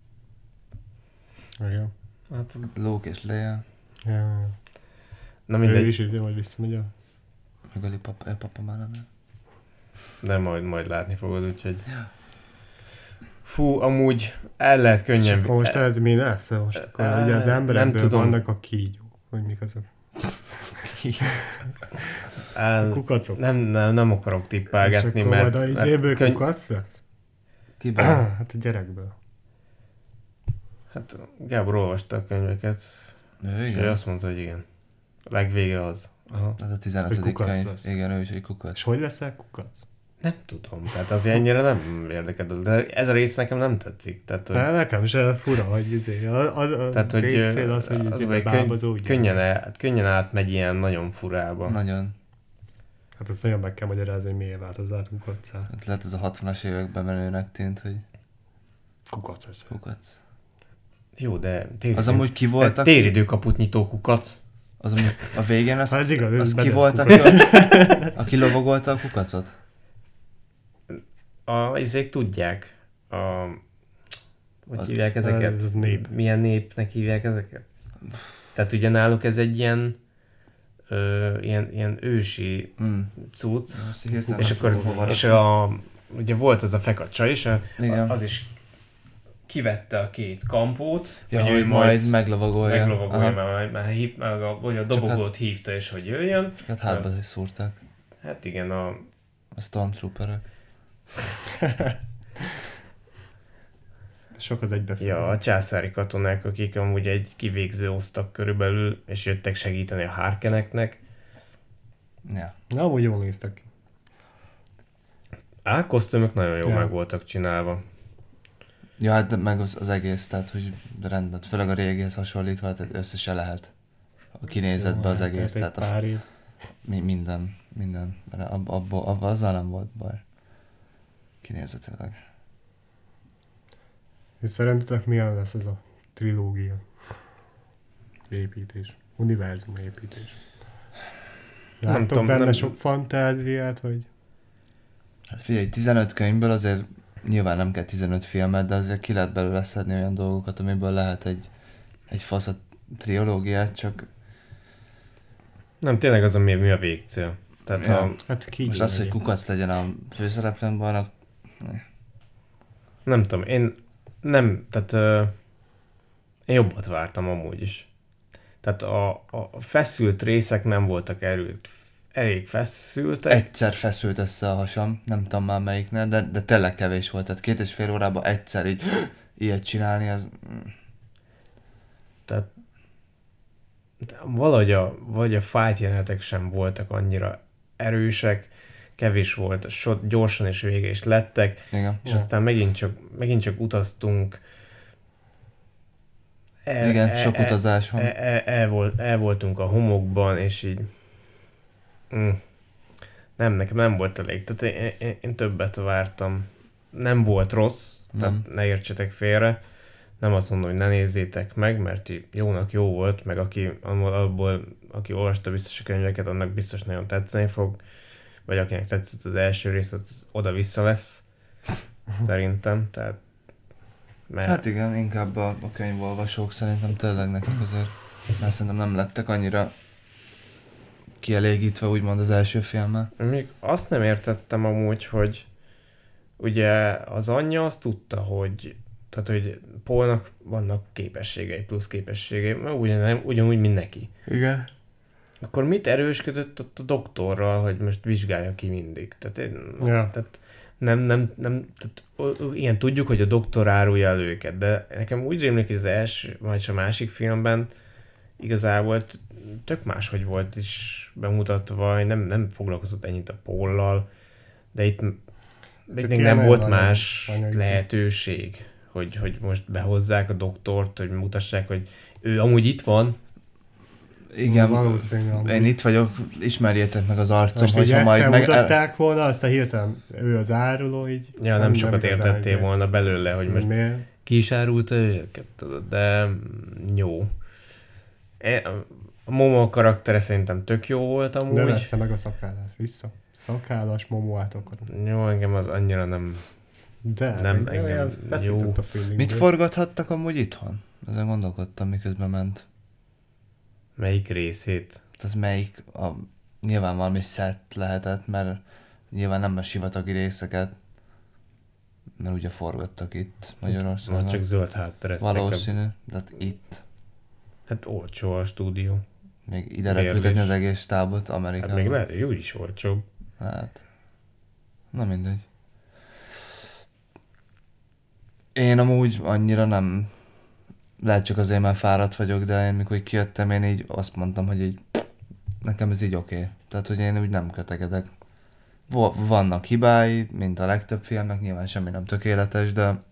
Igen. Hát, Luke és Leia. Ja. na Ő mindegy, is izé majd visszamegy a... Meg a papa már nem. de majd látni fogod, úgyhogy... Fú, amúgy el lehet könnyen... És akkor most ez mi lesz? Most akkor ugye az emberekből tudom. vannak a kígyók. Vagy mik azok? Kukacok. Nem akarok tippelgetni, és akkor mert... majd a izéből kukac lesz? Kiből? Hát a gyerekből. Hát Gábor olvasta a könyveket, Ő, és ő igen. azt mondta, hogy igen. A legvége az. Aha. Ez a 15. Hogy kukac könyv. lesz. Igen, ő is egy kukac. És hogy leszel kukac? Nem tudom, tehát azért ennyire nem érdekel, de ez a rész nekem nem tetszik. Tehát, hogy, Nekem se fura, hogy izé. A tehát, hogy végcél az, hogy az izé baj, bábazó. könnyen átmegy ilyen nagyon furába. Nagyon. Hát azt nagyon meg kell magyarázni, hogy miért változott kukaccá. Hát lehet ez a 60-as években menőnek tűnt, hogy Kukac ez. kukac. Jó, de Az amúgy ki volt, aki... téridőkaput nyitó kukac. Az amúgy a végén az, Ha ez igaz, az ez ki bedesz volt, kukac. aki lovagolta a kukacot? Izék tudják. Hogy Az- hívják ezeket? ez nép. Milyen népnek hívják ezeket? Tehát ugye náluk ez egy ilyen ősi cucc. Azt hirtelen És azt akkor, tudom, hova és rakni. ugye volt az a fekacsa is, Igen. az is kivette a két kampót, Ja, hogy majd meglovagolja. meglovagolja, Aha. mert a dobogót hívta, és hogy jöjjön. Hát hátba is szúrták. Hát igen, A Stormtrooperek. Sok az egybefüggő. ja, a császári katonák, akik amúgy egy kivégző osztag körülbelül, és jöttek segíteni a Harkonneneknek. Ja. Na, amúgy jól néztek ki. Kosztümök nagyon jól Ja. meg voltak csinálva. Ja, hát de meg az egész, tehát hogy de rendben, főleg a régihez hasonlítva, tehát össze se lehet a kinézetbe az egész, tehát pár év. minden, mert abban azzal nem volt baj. Kinézetileg. És szerintetek milyen lesz ez a trilógia? Építés. Univerzum építés. Nem Láttok tudom, benne nem- sok fantáziát, hogy... Hát figyelj, 15 könyvből azért nyilván nem kell 15 filmet, de azért ki lehet belőle szedni olyan dolgokat, amiből lehet egy fasz a triológiát, csak Nem, tényleg az, mi a végcél. Tehát Ja. Hát ki most az, hogy kukac legyen a főszereplőn, annak nem tudom, én jobbat vártam amúgy is. Tehát a feszült részek nem voltak elég feszültek. egyszer feszült össze a hasam, nem tudom már melyiknél, de tényleg kevés volt. Tehát 2,5 órában egyszer így ilyet csinálni, az... Tehát vagy a fight jelenetek sem voltak annyira erősek, kevés volt, gyorsan és vége is lettek, Igen. és aztán megint csak utaztunk. Igen, sok utazás van. El voltunk a homokban, és így nekem nem volt elég. Tehát én többet vártam. Nem volt rossz, tehát ne értsetek félre. Nem azt mondom, hogy ne nézzétek meg, mert jónak jó volt, meg aki olvasta biztos a könyveket, annak biztos nagyon tetszeni fog. Vagy akinek tetszett az első rész, az oda-vissza lesz. Szerintem, tehát... Hát igen, inkább a könyvolvasók szerintem tényleg nekik azért, mert szerintem nem lettek annyira kielégítve úgymond az első filmmel. Még azt nem értettem amúgy, hogy ugye az anyja azt tudta, hogy Paulnak vannak képességei, plusz képességei, ugyanúgy, mint neki. Igen. Akkor mit erősködött ott a doktorral, hogy most vizsgálja ki mindig? Tehát ilyen tudjuk, hogy a doktor árulja el őket, de nekem úgy rémlik, hogy az első, vagy a másik filmben igazából tök máshogy volt is bemutatva, nem foglalkozott ennyit a Paullal, de itt még nem volt más lehetőség, hogy most behozzák a doktort, hogy mutassák, hogy ő amúgy itt van. Igen, valószínűleg. én itt vagyok, ismerjétek meg az arcom, Most így hogyha majd mutatták volna, aztán hirtelen ő az áruló, így... Ja, nem sokat igazán értettél ezért. volna belőle, hogy most Miért? ki is árulta őket, tudod, de jó. A Momo karaktere szerintem tök jó volt amúgy. De lesz meg a szakállás. Vissza. Szakállas Momoát akarom. Jó, engem az annyira nem... De, Nem, engem engem feszített jó. a feeling. mit forgathattak amúgy itthon? Ezen gondolkodtam, miközben ment. Melyik részét? Tehát melyik, nyilván valami set lehetett, mert nyilván nem a sivatagi részeket, mert ugye forgattak itt Magyarországon. Már csak zöld háttereztek. Valószínű, de hát itt. Hát olcsó a stúdió. Még ide Bérlés. repültetni az egész stábot Amerikában. Hát még lehet, hogy úgy is olcsóbb. Hát. Na mindegy. Én amúgy annyira nem... Lehet csak azért, mert fáradt vagyok, de én mikor kijöttem, én így azt mondtam, hogy így... Nekem ez így oké. Tehát, hogy én úgy nem kötegedek. Vannak hibái, mint a legtöbb filmnek, nyilván semmi nem tökéletes, de...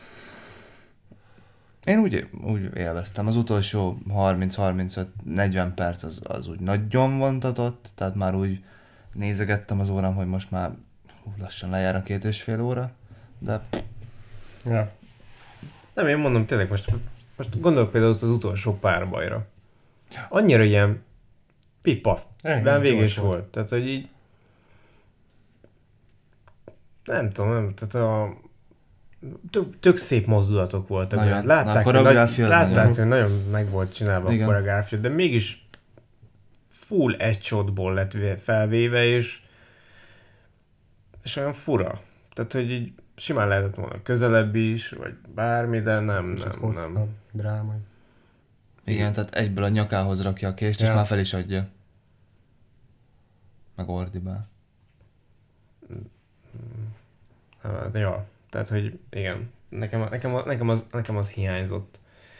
Én úgy élveztem. Az utolsó 30-35-40 perc az úgy nagyon vontatott, tehát már úgy nézegettem az órám, hogy most már lassan lejár a 2,5 óra, de Ja. Nem, én mondom tényleg, most gondolok például az utolsó párbajra. Annyira ilyen pif-paf, de végig is volt. Tehát, hogy így nem tudom, tehát tök szép mozdulatok voltak. Nagyon. Olyan. Látták, Na, a koreográfia az nagyon. hogy nagyon meg volt csinálva Igen. a koreográfia, de mégis full egy shotból lett felvéve, és olyan fura. Tehát, hogy így simán lehetett volna közelebb is, vagy bármi, de nem. Hosszabb, drámai. igen, tehát egyből a nyakához rakja a kést, és Ja. már fel is adja. Meg ordibál. Ja, tehát, hogy igen, nekem az hiányzott.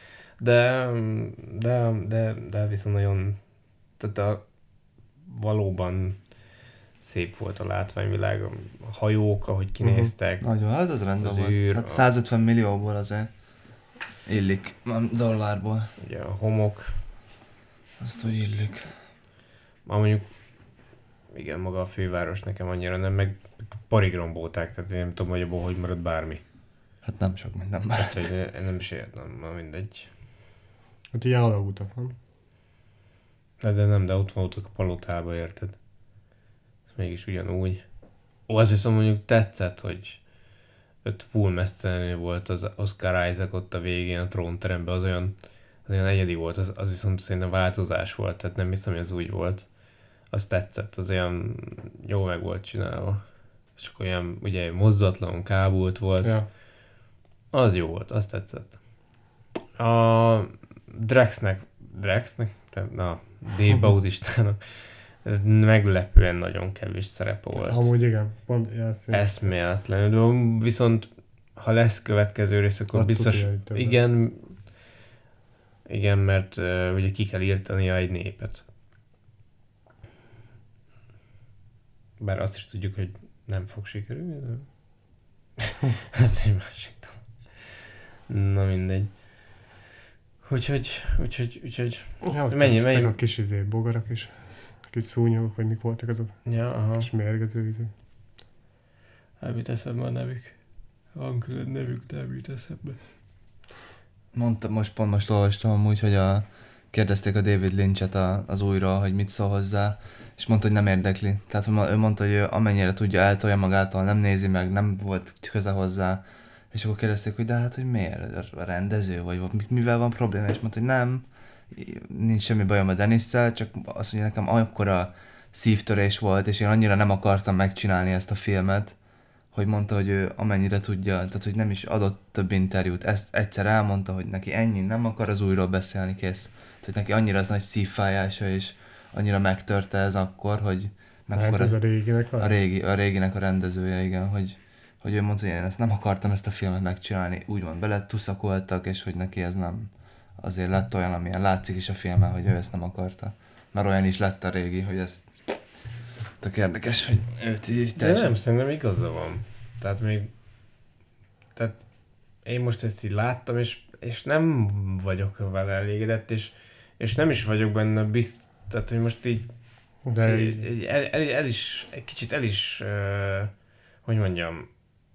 De viszont nagyon, tehát valóban szép volt a látványvilág, a hajók, ahogy kinéztek. Nagyon, hát az rendben Az volt. űr, Hát 150 millióból azért illik, dollárból. Ugye a homok, Azt úgy illik. már mondjuk igen, maga a főváros nekem annyira nem, meg parig rombolták, tehát én nem tudom, hogy abból hogy marad bármi. Hát nem sok minden már. Tehát, hogy én nem is értem, már mindegy. Hát ilyen alagútak van. De nem, de ott voltak a palotába, érted? Ez mégis ugyanúgy. Az viszont mondjuk tetszett, hogy ott full mesztelenül volt az Oscar Isaac ott a végén a trónteremben, az olyan egyedi volt, az viszont szerintem változás volt, tehát nem hiszem, hogy az úgy volt. Az tetszett, az olyan jó meg volt csinálva. És akkor olyan ugye mozdulatlanul kábult volt. Ja. Az jó volt, az tetszett. A Dave Bautistának meglepően nagyon kevés szerepe volt. Amúgy igen. Pont, Eszméletlenül. Viszont ha lesz következő rész, akkor Ott biztos... tudja, hogy több Igen, mert ugye ki kell írtania egy népet. Bár azt is tudjuk, hogy nem fog sikerülni, de... Ez egy másik dolog. Na mindegy. Úgyhogy... Ja, hogy Mennyi- a kis bogarak is. A kis szúnyogok, vagy mik voltak azok. Ja, aha. És mérgező Nem jut eszembe a nevük. Van külön nevük, de nem jut eszembe. Mondtam, most olvastam amúgy, hogy kérdezték a David Lynchet az újra, hogy mit szól hozzá, és mondta, hogy nem érdekli. Tehát ő mondta, hogy ő amennyire tudja, eltolja magától, nem nézi meg, nem volt köze hozzá. És akkor kérdezték, hogy de hát, hogy miért? A rendező vagy? Mivel van probléma? És mondta, hogy nem, nincs semmi bajom a Denisszel, csak azt mondja, nekem akkora szívtörés volt, és én annyira nem akartam megcsinálni ezt a filmet, hogy mondta, hogy ő amennyire tudja, tehát hogy nem is adott több interjút. Ezt egyszer elmondta, hogy neki ennyi, nem akar az újról beszélni, kész. Tehát neki annyira az nagy szívfájása, és annyira megtörte ez akkor, hogy... Hát ez a réginek van? A réginek a rendezője, igen, hogy ő mondta, hogy én ezt nem akartam ezt a filmet megcsinálni, úgymond bele tuszakoltak, és hogy neki ez nem... Azért lett olyan, amilyen látszik is a filmen, hogy ő ezt nem akarta. Mert olyan is lett a régi, hogy ez... Tök érdekes, hogy őt így De nem, szerintem igaza van. Tehát én most ezt így láttam, és nem vagyok vele elégedett, és nem is vagyok benne biztos, tehát, hogy most így De egy kicsit el is, hogy mondjam,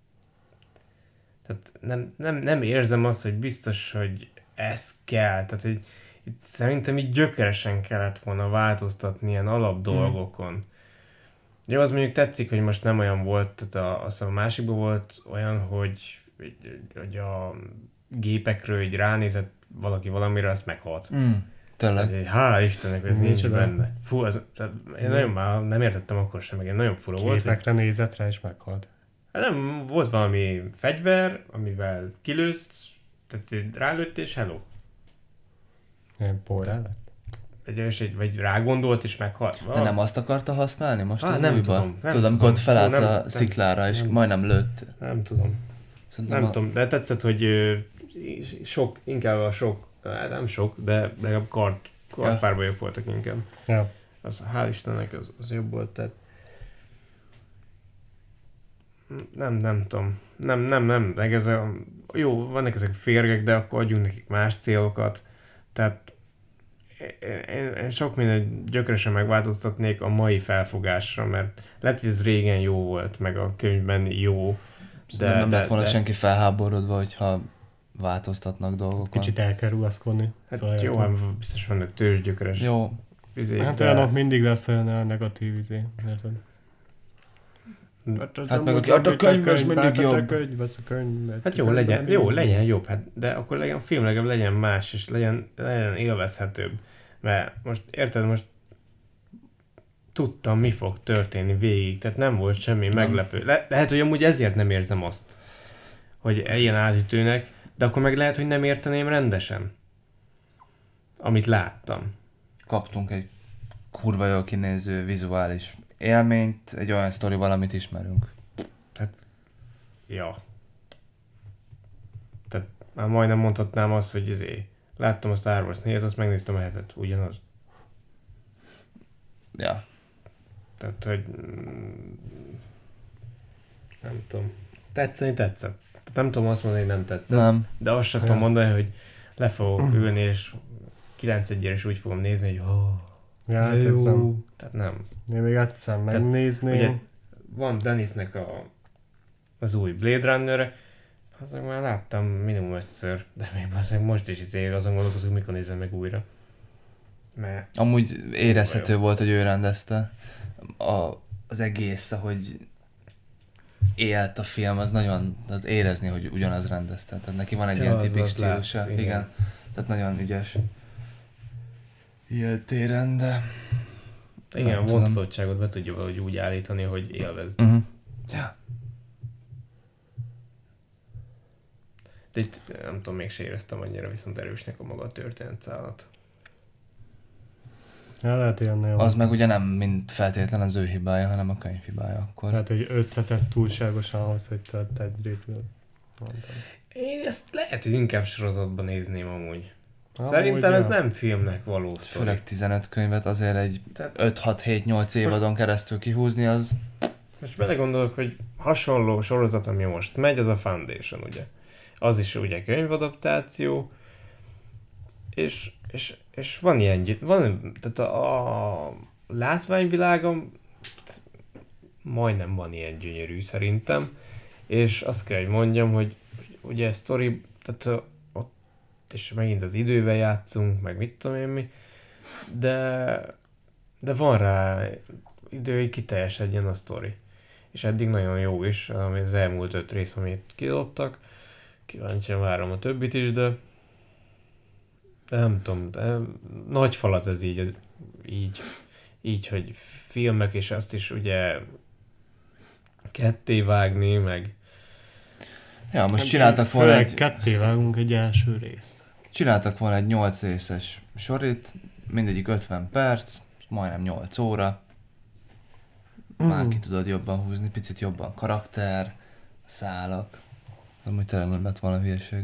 tehát nem érzem azt, hogy biztos, hogy ez kell, tehát hogy itt szerintem így gyökeresen kellett volna változtatni ilyen alap dolgokon. Jó, az mondjuk tetszik, hogy most nem olyan volt, tehát a másikban volt olyan, hogy a gépekről így ránézett valaki valamire, azt meghalt. Tényleg. Tehát, hál' Istennek, ez nincs Micsoda? benne. Fú, én nagyon már nem értettem akkor sem, meg én nagyon fura volt. képekre nézett rá és meghalt. Hát nem, volt valami fegyver, amivel kilőzt, tehát rálőtt és hello. Ilyen porrá lett. Vagy rágondolt és meghalt. De nem azt akarta használni most az nem újba? tudom, nem Tudod, amikor ott tudom. felállt Fú, a sziklára, és majdnem lőtt. Nem tudom. Szerintem Nem tudom, de tetszett, hogy inkább a sok, nem sok, de legalább kardpárbajok voltak inkább. Ja. Az, hál' Istennek, az jobb volt, tehát nem tudom. Nem, meg ez jó, vannak ezek férgek, de akkor adjunk nekik más célokat. Tehát én sok mindent gyökeresen megváltoztatnék a mai felfogásra, mert lehet, hogy ez régen jó volt, meg a könyvben jó, de nem lett volna senki felháborodva, hogyha változtatnak dolgokon. Kicsit el kell rugaszkodni. Hát jó, hát biztos vannak tőzsgyökeres. Jó. Hát olyanok mindig lesz olyan a negatív érted? Hát meg a könyv az mindig jobb. Hát jó, legyen jobb, hát, de akkor legyen film, legalább legyen más, és legyen élvezhetőbb. Mert most, érted, most tudtam, mi fog történni végig, tehát nem volt semmi meglepő. Lehet, hogy amúgy ezért nem érzem azt, hogy ilyen átütőnek, de akkor meg lehet, hogy nem érteném rendesen, amit láttam. Kaptunk egy kurva jól kinéző vizuális élményt, egy olyan sztorival, amit ismerünk. Ja. Tehát már majdnem mondhatnám azt, hogy láttam a Star Wars 4-et, azt megnéztem a 7-et, ugyanaz. Ja. Tehát, hogy nem tudom. Tetszett. Tehát nem tudom azt mondani, hogy nem tetszett. Nem. De azt sem tudom mondani, hogy le fogok ülni, és 9-1-re is úgy fogom nézni, hogy Ja, jó. nem. Tehát nem. Én még egyszer megnézném. Ugye van Dennisnek az új Blade Runner-re, azon már láttam minimum egyszer, de még azért most is azon gondolkozok, mikor nézem meg újra. Mert Amúgy érezhető volt, hogy ő rendezte. Az egész, ahogy élt a film, az nagyon, tehát érezni, hogy ugyanaz rendezte. Tehát neki van egy ilyen tipik stílusa. Igen. Tehát nagyon ügyes. Ilyen téren, de... Igen, vonzatottságot be tudja valahogy úgy állítani, hogy élvezd. Ja. De itt nem tudom, mégse éreztem annyira viszont erősnek a maga a történetszállat. Ja, lehet ilyen nagyon. Az meg ugye nem mind feltétlen az ő hibája, hanem a könyv hibája akkor. Tehát, hogy összetett túlságosan ahhoz, hogy te egy részből mondtam. Én ezt lehet, hogy inkább sorozatban nézném amúgy. Amúgy, Szerintem ez ja. nem filmnek való sztori. Főleg 15 könyvet azért egy Tehát- 5-6-7-8 évadon keresztül kihúzni, az... Most belegondolok, hogy hasonló sorozat, ami most megy, az a Foundation, ugye. Az is ugye könyvadaptáció, és van ilyen, tehát a látványvilágom majdnem van ilyen gyönyörű szerintem, és azt kell, hogy mondjam, hogy ugye a sztori, tehát ott és megint az idővel játszunk, meg mit tudom én mi, de van rá idő, hogy kiteljesedjen a sztori. És eddig nagyon jó is, ami az elmúlt 5 rész, amit kidobtak. Kíváncsian várom a többit is, de nem tudom, de nagy falat ez így, hogy filmek, és azt is ugye ketté vágni, meg Ja, most csináltak volna Főleg egy... ketté vágunk egy első részt. Csináltak volna egy 8 részes sorit, mindegyik 50 perc, majdnem 8 óra. Már ki tudod jobban húzni, picit jobban karakter, szálak. Amúgy tényleg nem lett volna hülyeség.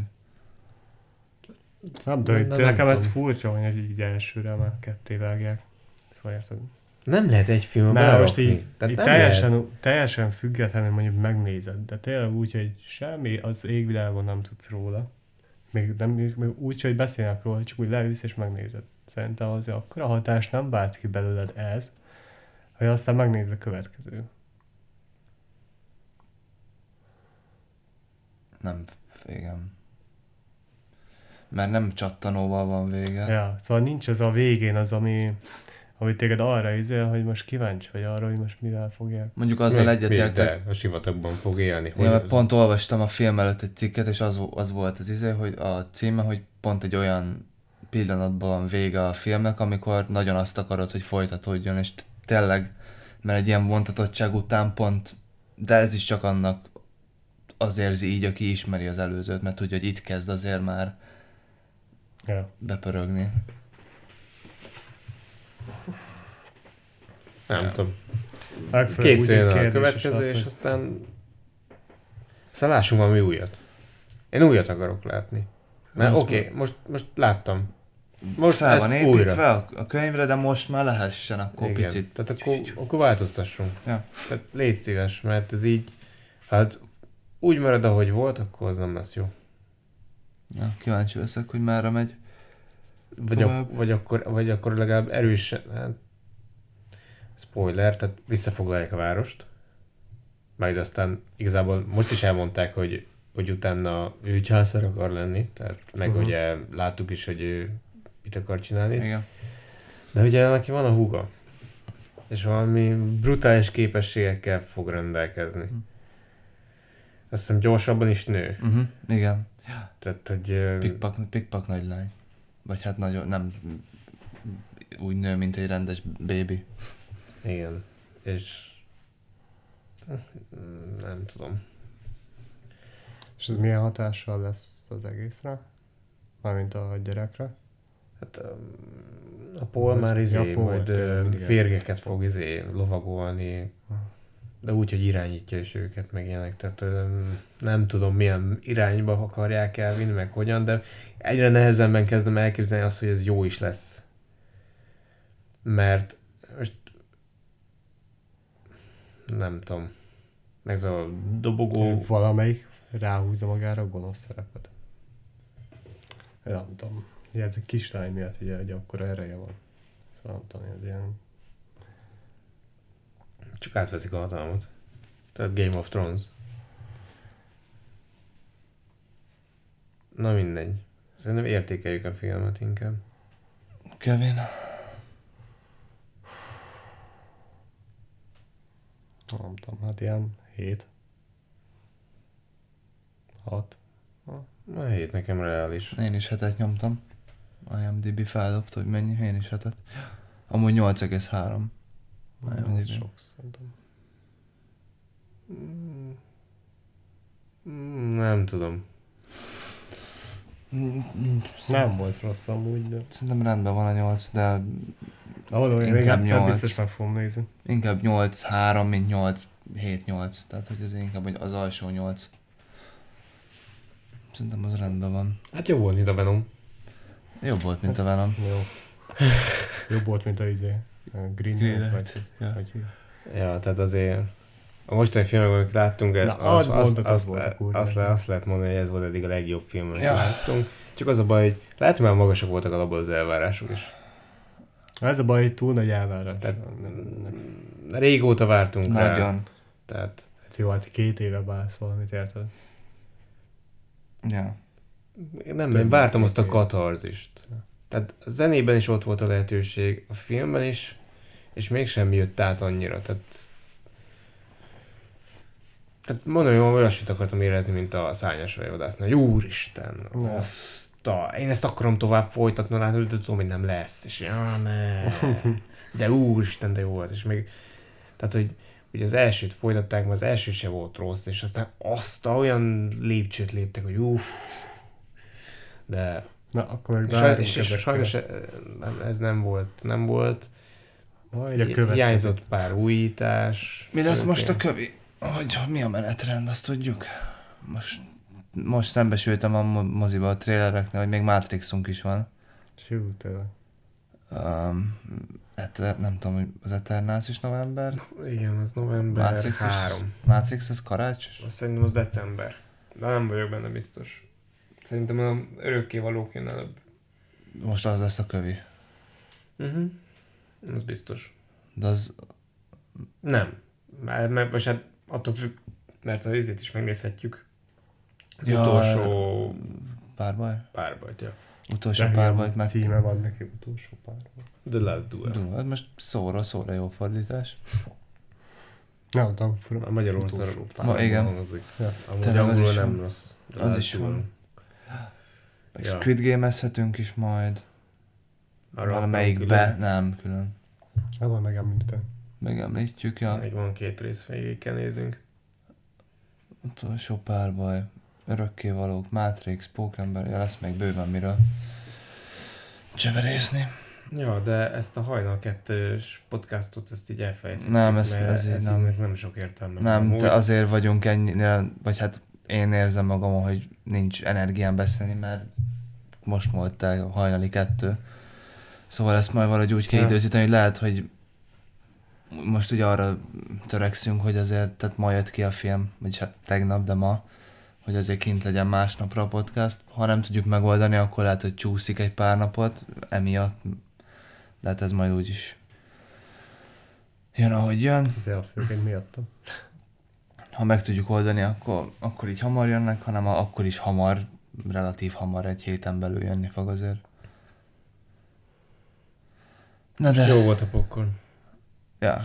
Nem tudom, nem nekem ez tudom. furcsa, hogy így elsőre már ketté vágják. Szóval érted? Nem lehet egy filmbe Már most berakni. így Tehát nem lehet. teljesen függetlenül mondjuk megnézed, de tényleg úgy, hogy semmi az égvilágon nem tudsz róla. Még úgy, hogy beszélnek róla, csak úgy leülsz és megnézed. Szerintem azért akkora hatást nem vált ki belőled ez, hogy aztán megnézed a következő. Nem, igen. Mert nem csattanóval van vége. Ja, szóval nincs az a végén az, ami téged arra izél, hogy most kíváncsi vagy arra, hogy most mivel fogják. Mondjuk azzal egyetértek. De a sivatagban fog élni. Ja, mert pont olvastam a film előtt egy cikket, és az volt az hogy a címe, hogy pont egy olyan pillanatban van vége a filmnek, amikor nagyon azt akarod, hogy folytatódjon, és tényleg, mert egy ilyen vontatottság után pont, de ez is csak annak az érzi így, aki ismeri az előzőt, mert tudja, hogy itt kezd azért már bepörögni. Nem tudom. Legfőbb Készüljön úgy a kérdés következő, is és az, aztán lássunk valami újat. Én újat akarok látni. Mert oké, most láttam. Most fel van ezt építve újra. a könyvre, de most már lehessen akkor Igen. picit. Tehát akkor változtassunk. Ja. Tehát légy szíves, mert ez így, hát úgy marad, ahogy volt, akkor az nem lesz jó. Ja, kíváncsi leszek, hogy merre megy. Vagy akkor legalább erősen, hát, spoiler, tehát visszafoglalják a várost. Majd aztán igazából most is elmondták, hogy utána ő császár akar lenni, tehát meg ugye láttuk is, hogy ő mit akar csinálni. Igen. De ugye neki van a húga, és valami brutális képességekkel fog rendelkezni. Azt hiszem gyorsabban is nő. Igen. Tehát, hogy... Pikpak nagylány. Vagy hát nagyon, nem úgy nő, mint egy rendes baby. Igen. És... nem tudom. És ez milyen hatással lesz az egészre? Mármint a gyerekre? Hát a Paul már Paul majd tényleg mindig férgeket fog lovagolni, de úgy, hogy irányítja is őket, meg ilyenek. Tehát nem tudom, milyen irányba akarják elvinni, meg hogyan, de egyre nehezebben kezdem elképzelni azt, hogy ez jó is lesz. Mert most nem tudom. Ez a dobogó... Valamelyik ráhúzza magára a gonosz szerepet. Nem tudom. Ja, ez a kislány miatt ugye, hogy akkora ereje van. Szóval nem tudom, ez ilyen... Csak átveszik a hatalmat. Tehát Game of Thrones. Na mindegy. Szerintem értékeljük a filmet inkább. Kevin. Nem tudom, hát ilyen 7. 6. A 7 nekem reális. Én is 7-et nyomtam. IMDb feldobta, hogy mennyi, én is 7-et. Amúgy 8,3. Ez sok, szerintem. Nem tudom. Nem volt rossz amúgy, de... Szerintem rendben van a 8, de Ahol én még inkább egyszer 8. biztos meg fogom nézni. Inkább 8-3, mint 8-7-8. Tehát, hogy ez inkább az alsó 8. Szerintem az rendben van. Hát jó volt, mint a Venom. Jobb volt, mint a Venom. Jó. Jobb volt, mint a Green Hill, Ja. vagy Ja, tehát azért a mostani filmek, amit láttunk, azt lehet mondani, hogy ez volt eddig a legjobb film, amit láttunk. Csak az a baj, hogy lehet, hogy már magasak voltak alapból az elvárások is. Ez a baj, hogy túl nagy elvárás. Tehát régóta vártunk rá. Nagyon. Tehát... Hát jó, hát 2 éve válsz valamit, érted? Ja. Én vártam azt a katarzist. Tehát a zenében is ott volt a lehetőség, a filmben is, és mégsem jött át annyira. Tehát mondom, hogy olyasmit akartam érezni, mint a Szárnyas Vajvadásznál. Úristen! Én ezt akarom tovább folytatni, látni, de tudom, hogy nem lesz. És de úristen, de jó volt. És még, tehát, hogy ugye az elsőt folytatták, mert az első se volt rossz, és aztán azt olyan lépcsőt léptek, hogy de... Na, akkor meg és sajnos ez nem volt. Hiányzott pár újítás. Mi lesz most a kövi? Hogy mi a menetrend, azt tudjuk? Most szembesültem a moziba a trailereknél, hogy még Matrixunk is van. Sjú, tényleg. Nem tudom, hogy az Eternals is november. Igen, az november Matrix 3. Matrix az karács? Azt szerintem az december. De nem vagyok benne biztos. Szerintem a örökkévalók jön előbb. Most az lesz a kövi. Az biztos. De az... Nem. Mert most hát attól függ, mert az izét is megnézhetjük. Az Ja, utolsó párbajt, ja. Utolsó párbajt meg... Címe van neki, utolsó párbaj. The Last Duel. Hát most szóra jó fordítás. Nem tudom, A Magyarországon utolsó párbaj. Igen. hangzik. Ja. Amúgy Tényleg az angolul is nem van. rossz. The Az Last is Duel. van. Meg Ja. Squid Game-ezhetünk is majd. Arra Valamelyikbe, külön. nem külön. Abban megemlítem. Megemlítjük, ja. Még van 2 rész, végig kell néznünk. Utolsó párbaj, örökkévalók, Matrix, Pókember, ja, lesz még bőven miről cseverészni. Ja, de ezt a hajnal 2-es podcastot, ezt így elfelejtettük. Nem, ez ez nem. nem sok értelme. Nem, Amúgy te azért vagyunk ennyire, vagy hát én érzem magam, hogy nincs energiám beszélni, mert most volt a hajnali 2. Szóval ezt majd valahogy úgy kell Ja. időzíteni, hogy lehet, hogy most ugye arra törekszünk, hogy azért, tehát ma jött ki a film, vagyis hát tegnap, de ma, hogy azért kint legyen másnapra a podcast. Ha nem tudjuk megoldani, akkor lehet, hogy csúszik egy pár napot emiatt, de hát ez majd úgyis jön, ahogy jön. De főként miattam. Ha meg tudjuk oldani, akkor így hamar jönnek, hanem akkor is hamar, relatív hamar, egy héten belül jönni fog azért. Na de... Jó volt a popcorn. Ja.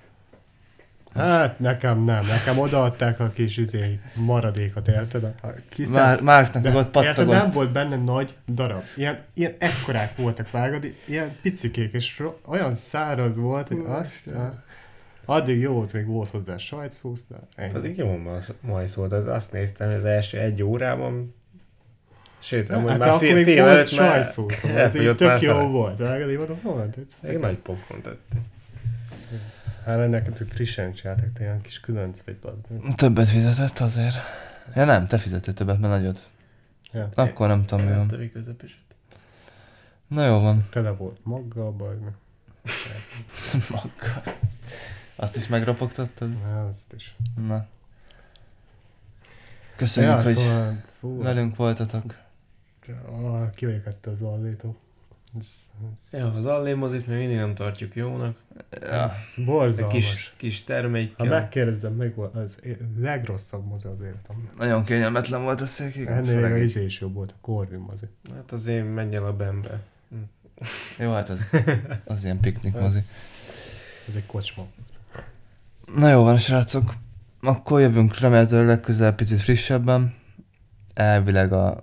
Hát nekem nem, nekem odaadták a kis maradékot, érted? Márknak meg ott érted, pattogott. nem volt benne nagy darab. Ilyen ekkorák voltak vágani, ilyen picikék, és olyan száraz volt, hogy addig jó volt, még volt hozzá sajtszósz, de ennyi. Pedig jó majd szólt, azt néztem, hogy az első 1 órában. Sőt, amúgy Hát már akkor még fél volt előtt már sajtszósz, ez így elfogyott tök már jó fele. volt. Vágani, mondom, hol? Egy nagy popcorn tette. Hát ennek frissen csináltak, te ilyen kis különc vagy bazd. Többet fizetett azért. Ja nem, te fizettél többet, mert nagyot. Ja. Akkor nem tudom, mi van. Többi közepeset. Na jó van. Tele volt maggal, baj. Maggal. Azt is megropogtattad? Azt is. Na. Köszönjük, hogy szóval, fú, velünk voltatok. ki vagyok ettől az alvétól. Ja, az Allémozit még mindig nem tartjuk jónak. Ja. Ez borzalmas. Kis Ha termékkel. megkérdezem, meg volt az legrosszabb mozi az életem. Nagyon kényelmetlen volt a szék, igen. Ennél főleg még így. az is jobb volt, a Corvin mozi. Hát azért menj el a Bembe. Jó, hát az ilyen piknik mozi. Ez egy kocsma. Na jó van, srácok. Akkor jövünk remélhetőleg legközelebb picit frissebben. Elvileg a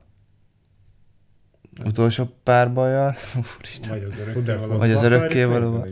utolsó párbajjal. Úristen. Vagy az Tudod, Vagy az örökkévalóval.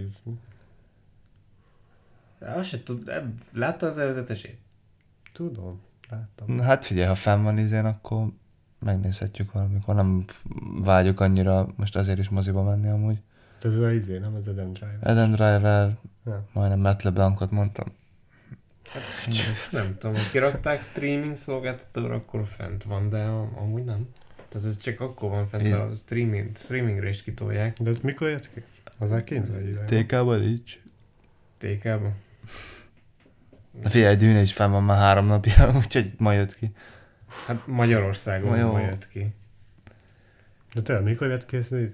Azt se tud, látta az előzetesét? Tudom, láttam. Na, hát figyelj, ha fenn van izén, akkor megnézhetjük valamikor. Nem vágyok annyira most azért is moziba menni amúgy. Ez az nem az Adam Driver. Adam Driver, Ja. majdnem Matt LeBlancot mondtam. Nem tudom, hogy kirakták streaming szolgáltatóra, akkor fent van, de amúgy nem. Tehát ez csak akkor van fent, Ez- ha a streamingre is kitolják. De ez mikor jött ki? Az már kint vagy ide? TK-ban nincs. TK-ba. Na figyelj, Dűne is fenn van már 3 napja, úgyhogy ma jött ki. Hát Magyarországon Jó. ma jött ki. De tényleg, mikor jött ki ez az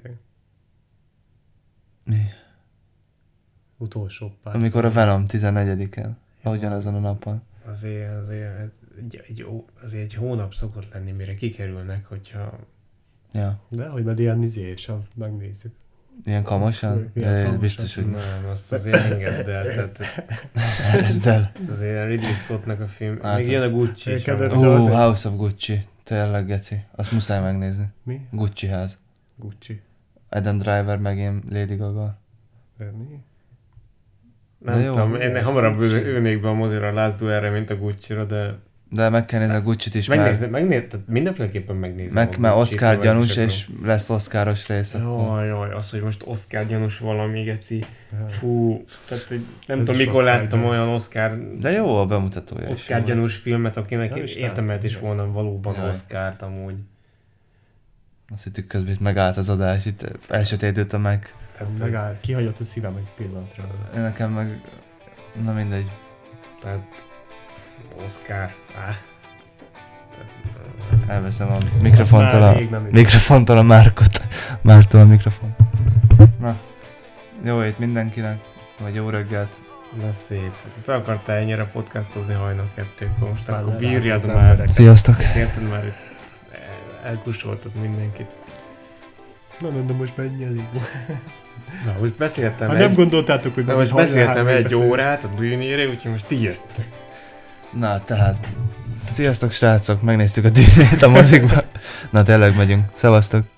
Mi? Utolsó pár. Amikor a Venom 14-en. Ugyanazon a napon. Azért egy hónap szokott lenni, mire kikerülnek, hogyha... Ja. De, hogy majd ilyen és megnézzük. Ilyen kamosan? Ilyen kamosan. Biztos, hogy Nem, azt azért engedd el, tehát erezd el. azért a Ridley Scottnak a film... Hát még az- jön a Gucci is. Kedvenc- amúgy. az- House of Gucci. Tényleg, geci. Azt muszáj megnézni. Mi? Gucci ház. Gucci. Adam Driver meg én Lady Gaga. De mi? Nem De jó, tudom, én ez hamarabb Gucci. ülnék be a mozira a Last Duelre, mint a Gucci-ra, de De meg kell nézni a Gucci-t is, tehát mindenféleképpen megnézem. mert a mert Gucci-t, Oscar vagy gyanús, is akarom. és lesz Oscaros rész, akkor... Jaj, az, hogy most Oscar gyanús valami, geci. Ja. Fú, tehát hogy nem Ez tudom, is mikor Oscar láttam gyanús. olyan Oscar De jó a bemutatója is. Oscar gyanús filmet, akinek Nem is érdemelt is láttam, volna valóban Jaj. Oscart amúgy. Azt hittük közben itt megállt az adás, itt elsötétült a meg. Megállt, kihagyott a szívem egy pillanatra. Nekem meg... Na mindegy. Tehát Oscar. Elveszem a mikrofontól Már a... rég nem is. Mikrofontól a Márkot. Mártól a mikrofon. Na. Jó hét mindenkinek. Vagy jó reggelt. Na szép. Te akartál ennyire podcastozni hajnal 2-kor, most Már akkor lerázni bírjad az már. embereket. Sziasztok. Érted már, hogy elkussoltad mindenkit. Na, most mennyi elég. Na, most beszéltem Ha nem gondoltátok, hogy Na, meg most egy beszéltem hajnal egy beszélünk. órát a Dűnére, úgyhogy most ti jöttek. Na, tehát... Sziasztok srácok, megnéztük a Dűnét a mozikban. Na, tényleg megyünk. Szevasztok.